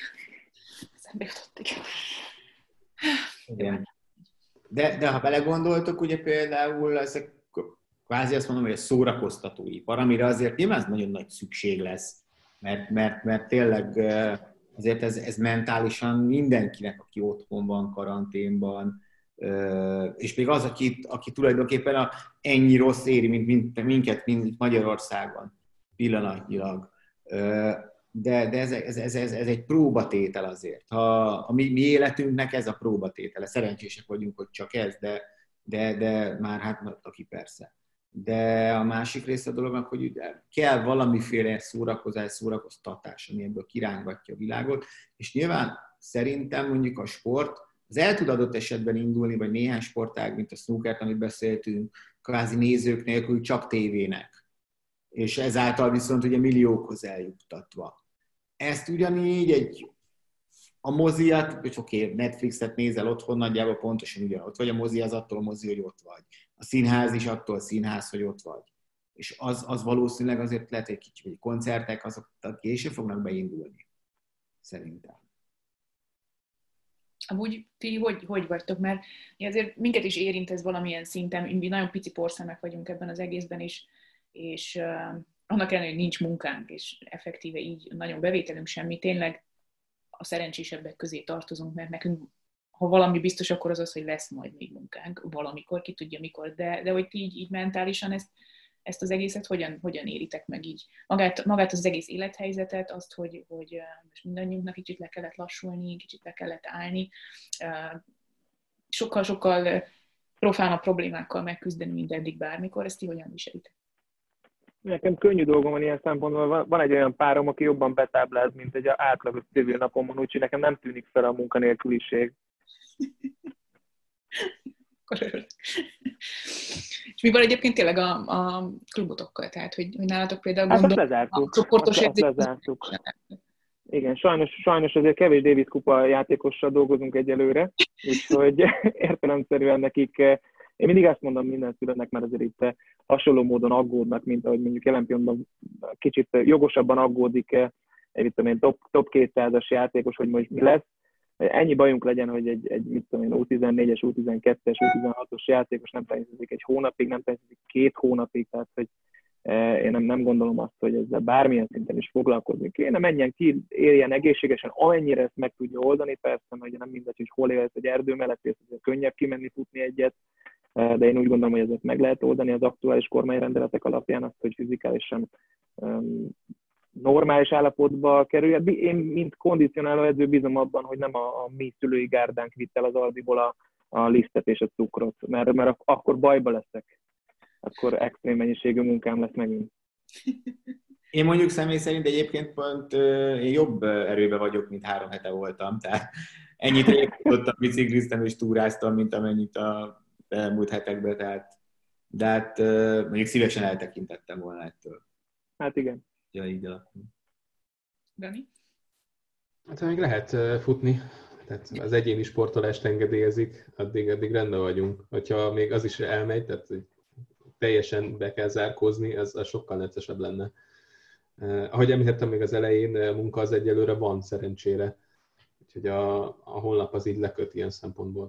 Igen. De, de ha belegondoltok, ugye például ezek kvázi azt mondom, hogy a szórakoztatóipar, amire azért nyilván nagyon nagy szükség lesz, mert, mert, mert tényleg azért ez, ez mentálisan mindenkinek, aki otthon van, karanténban, és még az, aki, aki tulajdonképpen a, ennyi rossz éri, mint, mint minket, mint Magyarországon pillanatnyilag. de, de ez, ez, ez, ez, ez egy próbatétel azért. Ha a mi, mi életünknek ez a próbatétele. Szerencsések vagyunk, hogy csak ez, de, de, de már hát aki persze. De a másik része a dolognak, hogy kell valamiféle szórakozás, szórakoztatás, ami ebből kirángatja a világot, és nyilván szerintem mondjuk a sport, az el tud adott esetben indulni, vagy néhány sportág, mint a snookert, amit beszéltünk, kvázi nézők nélkül csak tévének. És ezáltal viszont ugye milliókhoz eljuttatva. Ezt ugyanígy egy a moziat, hogy oké, okay, Netflixet nézel otthon, nagyjából pontosan ugyanott vagy, a mozi az attól mozi, hogy ott vagy. A színház is attól színház, hogy ott vagy. És az, az valószínűleg azért lehet egy kicsit, hogy koncertek, azok később fognak beindulni. Szerintem. Amúgy ti hogy, hogy vagytok? Mert azért minket is érint ez valamilyen szinten, mi nagyon pici porszemek vagyunk ebben az egészben is, és uh, annak ellenére, hogy nincs munkánk, és effektíve így nagyon bevételünk semmi, tényleg a szerencsésebbek közé tartozunk, mert nekünk, ha valami biztos, akkor az az, hogy lesz majd még munkánk valamikor, ki tudja mikor, de, de hogy ti így, így mentálisan ezt, ezt az egészet hogyan, hogyan éritek meg így? Magát, magát az egész élethelyzetet, azt, hogy, hogy most mindannyiunknak kicsit le kellett lassulni, kicsit le kellett állni, sokkal-sokkal profánabb problémákkal megküzdeni, mint eddig bármikor, ezt ti hogyan viselitek? Nekem könnyű dolgom van ilyen szempontból. Van egy olyan párom, aki jobban betábláz, mint egy átlagos civil napomon, úgyhogy nekem nem tűnik fel a munkanélküliség. És mi van egyébként tényleg a, a klubotokkal? Tehát, hogy, hogy nálatok például hát gondol... azt lezártuk. A csoportos azt, azt lezártuk. Igen, sajnos, sajnos azért kevés Davis kupa játékossal dolgozunk egyelőre, úgyhogy értelemszerűen nekik, én mindig azt mondom minden szülőnek, mert azért itt hasonló módon aggódnak, mint ahogy mondjuk jelen pillanatban kicsit jogosabban aggódik egy én, top, top kétszázas játékos, hogy most mi lesz. Ennyi bajunk legyen, hogy egy, egy mit tudom én, U tizennégyes, U tizenkettes, U tizenhatos játékos nem teniszkezik egy hónapig, nem teniszkezik két hónapig, tehát hogy én nem, nem gondolom azt, hogy ezzel bármilyen szinten is foglalkozni kéne, menjen ki, éljen egészségesen, amennyire ezt meg tudja oldani, persze, hogy nem mindegy, hogy hol élsz egy erdő mellett, és azért könnyebb kimenni, futni egyet, de én úgy gondolom, hogy ezeket meg lehet oldani az aktuális kormányrendeletek alapján, azt, hogy fizikálisan um, normális állapotba kerüljen. Én, mint kondicionáló edző bízom abban, hogy nem a, a mi szülői gárdánk vitt el az Aldiból a, a lisztet és a cukrot, mert, mert akkor bajba leszek. Akkor extrém mennyiségű munkám lesz megint. Én mondjuk személy szerint egyébként pont én jobb erőben vagyok, mint három hete voltam, tehát ennyit régtudottam, bicikliztem és túráztam, mint amennyit a elmúlt hetekben, tehát de hát mondjuk szívesen eltekintettem volna ettől. Hát igen. Ja, így alakul. Dani? Hát még lehet futni, tehát az egyéni sportolást engedélyezik, addig, addig rendben vagyunk. Hogyha még az is elmegy, tehát teljesen be kell zárkózni, az, az sokkal neccesebb lenne. Eh, ahogy említettem még az elején, a munka az egyelőre van szerencsére. Úgyhogy a, a honlap az így leköt ilyen szempontból.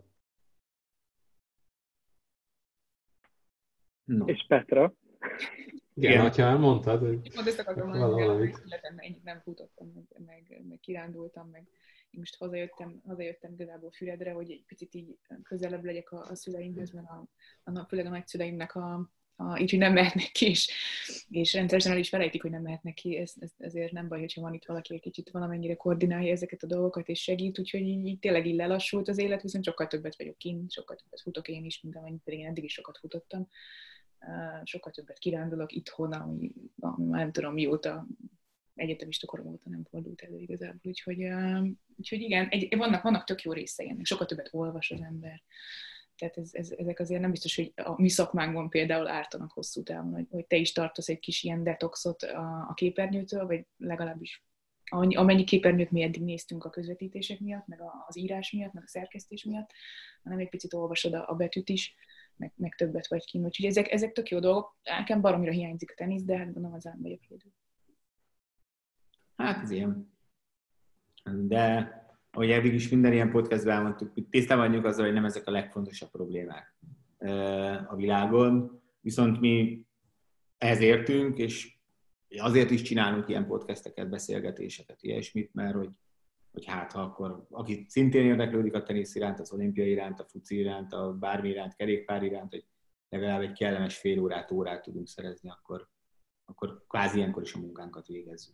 No. És Petra? Igen, Igen. Ha elmondtad, hogy Pont ezt akartam mondani, hogy ennyit nem futottam, meg, meg, meg kirándultam, meg én most hazajöttem, hazajöttem igazából Füredre, hogy egy picit így közelebb legyek a, a szüleimhez, mert a, a, főleg a nagyszüleimnek a, a, így, hogy nem mehetnek ki, és, és rendszeresen el is felejtik, hogy nem mehetnek ki, ez, ez, ezért nem baj, hogyha van itt valaki, egy kicsit valamennyire koordinálja ezeket a dolgokat, és segít, úgyhogy így, így tényleg így lelassult az élet, viszont sokkal többet vagyok kint, sokkal többet futok én is, mint amennyit pedig én eddig is sokat futottam. Uh, sokkal többet kirándulok itthon, ami, ami már nem tudom mióta, egyetemista korom óta nem fordult elő igazából. Úgyhogy, uh, úgyhogy igen, egy, vannak, vannak tök jó részei ennek, sokkal többet olvas az ember. Tehát ez, ez, ezek azért nem biztos, hogy a mi szakmánkban például ártanak hosszú távon, hogy, hogy te is tartasz egy kis ilyen detoxot a, a képernyőtől, vagy legalábbis amennyi képernyőt mi eddig néztünk a közvetítések miatt, meg az írás miatt, meg a szerkesztés miatt, hanem egy picit olvasod a, a betűt is, Meg, meg többet vagy kint. Úgyhogy ezek, ezek tök jó dolgok. Nekem baromira hiányzik a tenisz, de hát gondolom az ám vagyok egyedül. Hát ez ilyen. De ahogy eddig is minden ilyen podcastben elmondtuk, hogy tisztában vagyunk azzal, hogy nem ezek a legfontosabb problémák a világon. Viszont mi ehhez értünk, és azért is csinálunk ilyen podcasteket, beszélgetéseket, ilyesmit, mert hogy hogy hát ha akkor, aki szintén érdeklődik a tenisz iránt, az olimpia iránt, a fuci iránt, a bármi iránt, kerékpár iránt, hogy legalább egy kellemes fél órát, órát tudunk szerezni, akkor, akkor kvázi ilyenkor is a munkánkat végezzük.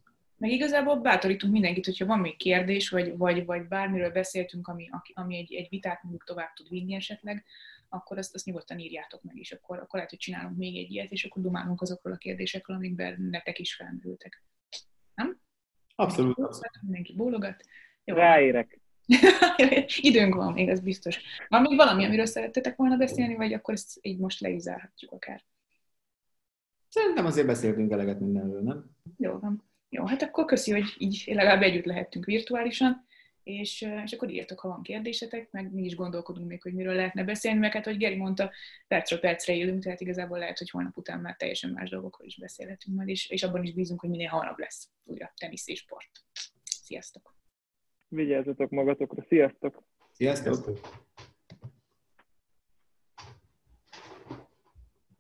Meg igazából bátorítunk mindenkit, hogyha van még kérdés, vagy, vagy, vagy bármiről beszéltünk, ami, ami egy, egy vitát mondjuk tovább tud vinni esetleg, akkor azt, azt nyugodtan írjátok meg, és akkor, akkor lehet, hogy csinálunk még egy ilyet, és akkor dumálunk azokról a kérdésekről, amikben netek is felmerültek. Nem? Abszolút. Mindenki bólogat. Jó. Ráérek. Időnk van még, ez biztos. Van még valami, amiről szerettetek volna beszélni, vagy akkor ezt így most le is zárhatjuk akár? Szerintem azért beszéltünk eleget mindenről, nem? Jó van. Jó, hát akkor köszi, hogy így legalább együtt lehettünk virtuálisan, és, és akkor írjatok, ha van kérdésetek, meg mi is gondolkodunk még, hogy miről lehetne beszélni, meg hát, hogy Geri mondta, percről percre élünk, tehát igazából lehet, hogy holnap után már teljesen más dolgokról is beszélhetünk majd, és, és abban is bízunk, hogy minél hamarabb lesz újra tenisz és sport. Sziasztok! Vigyázzatok magatokra, sziasztok! Sziasztok!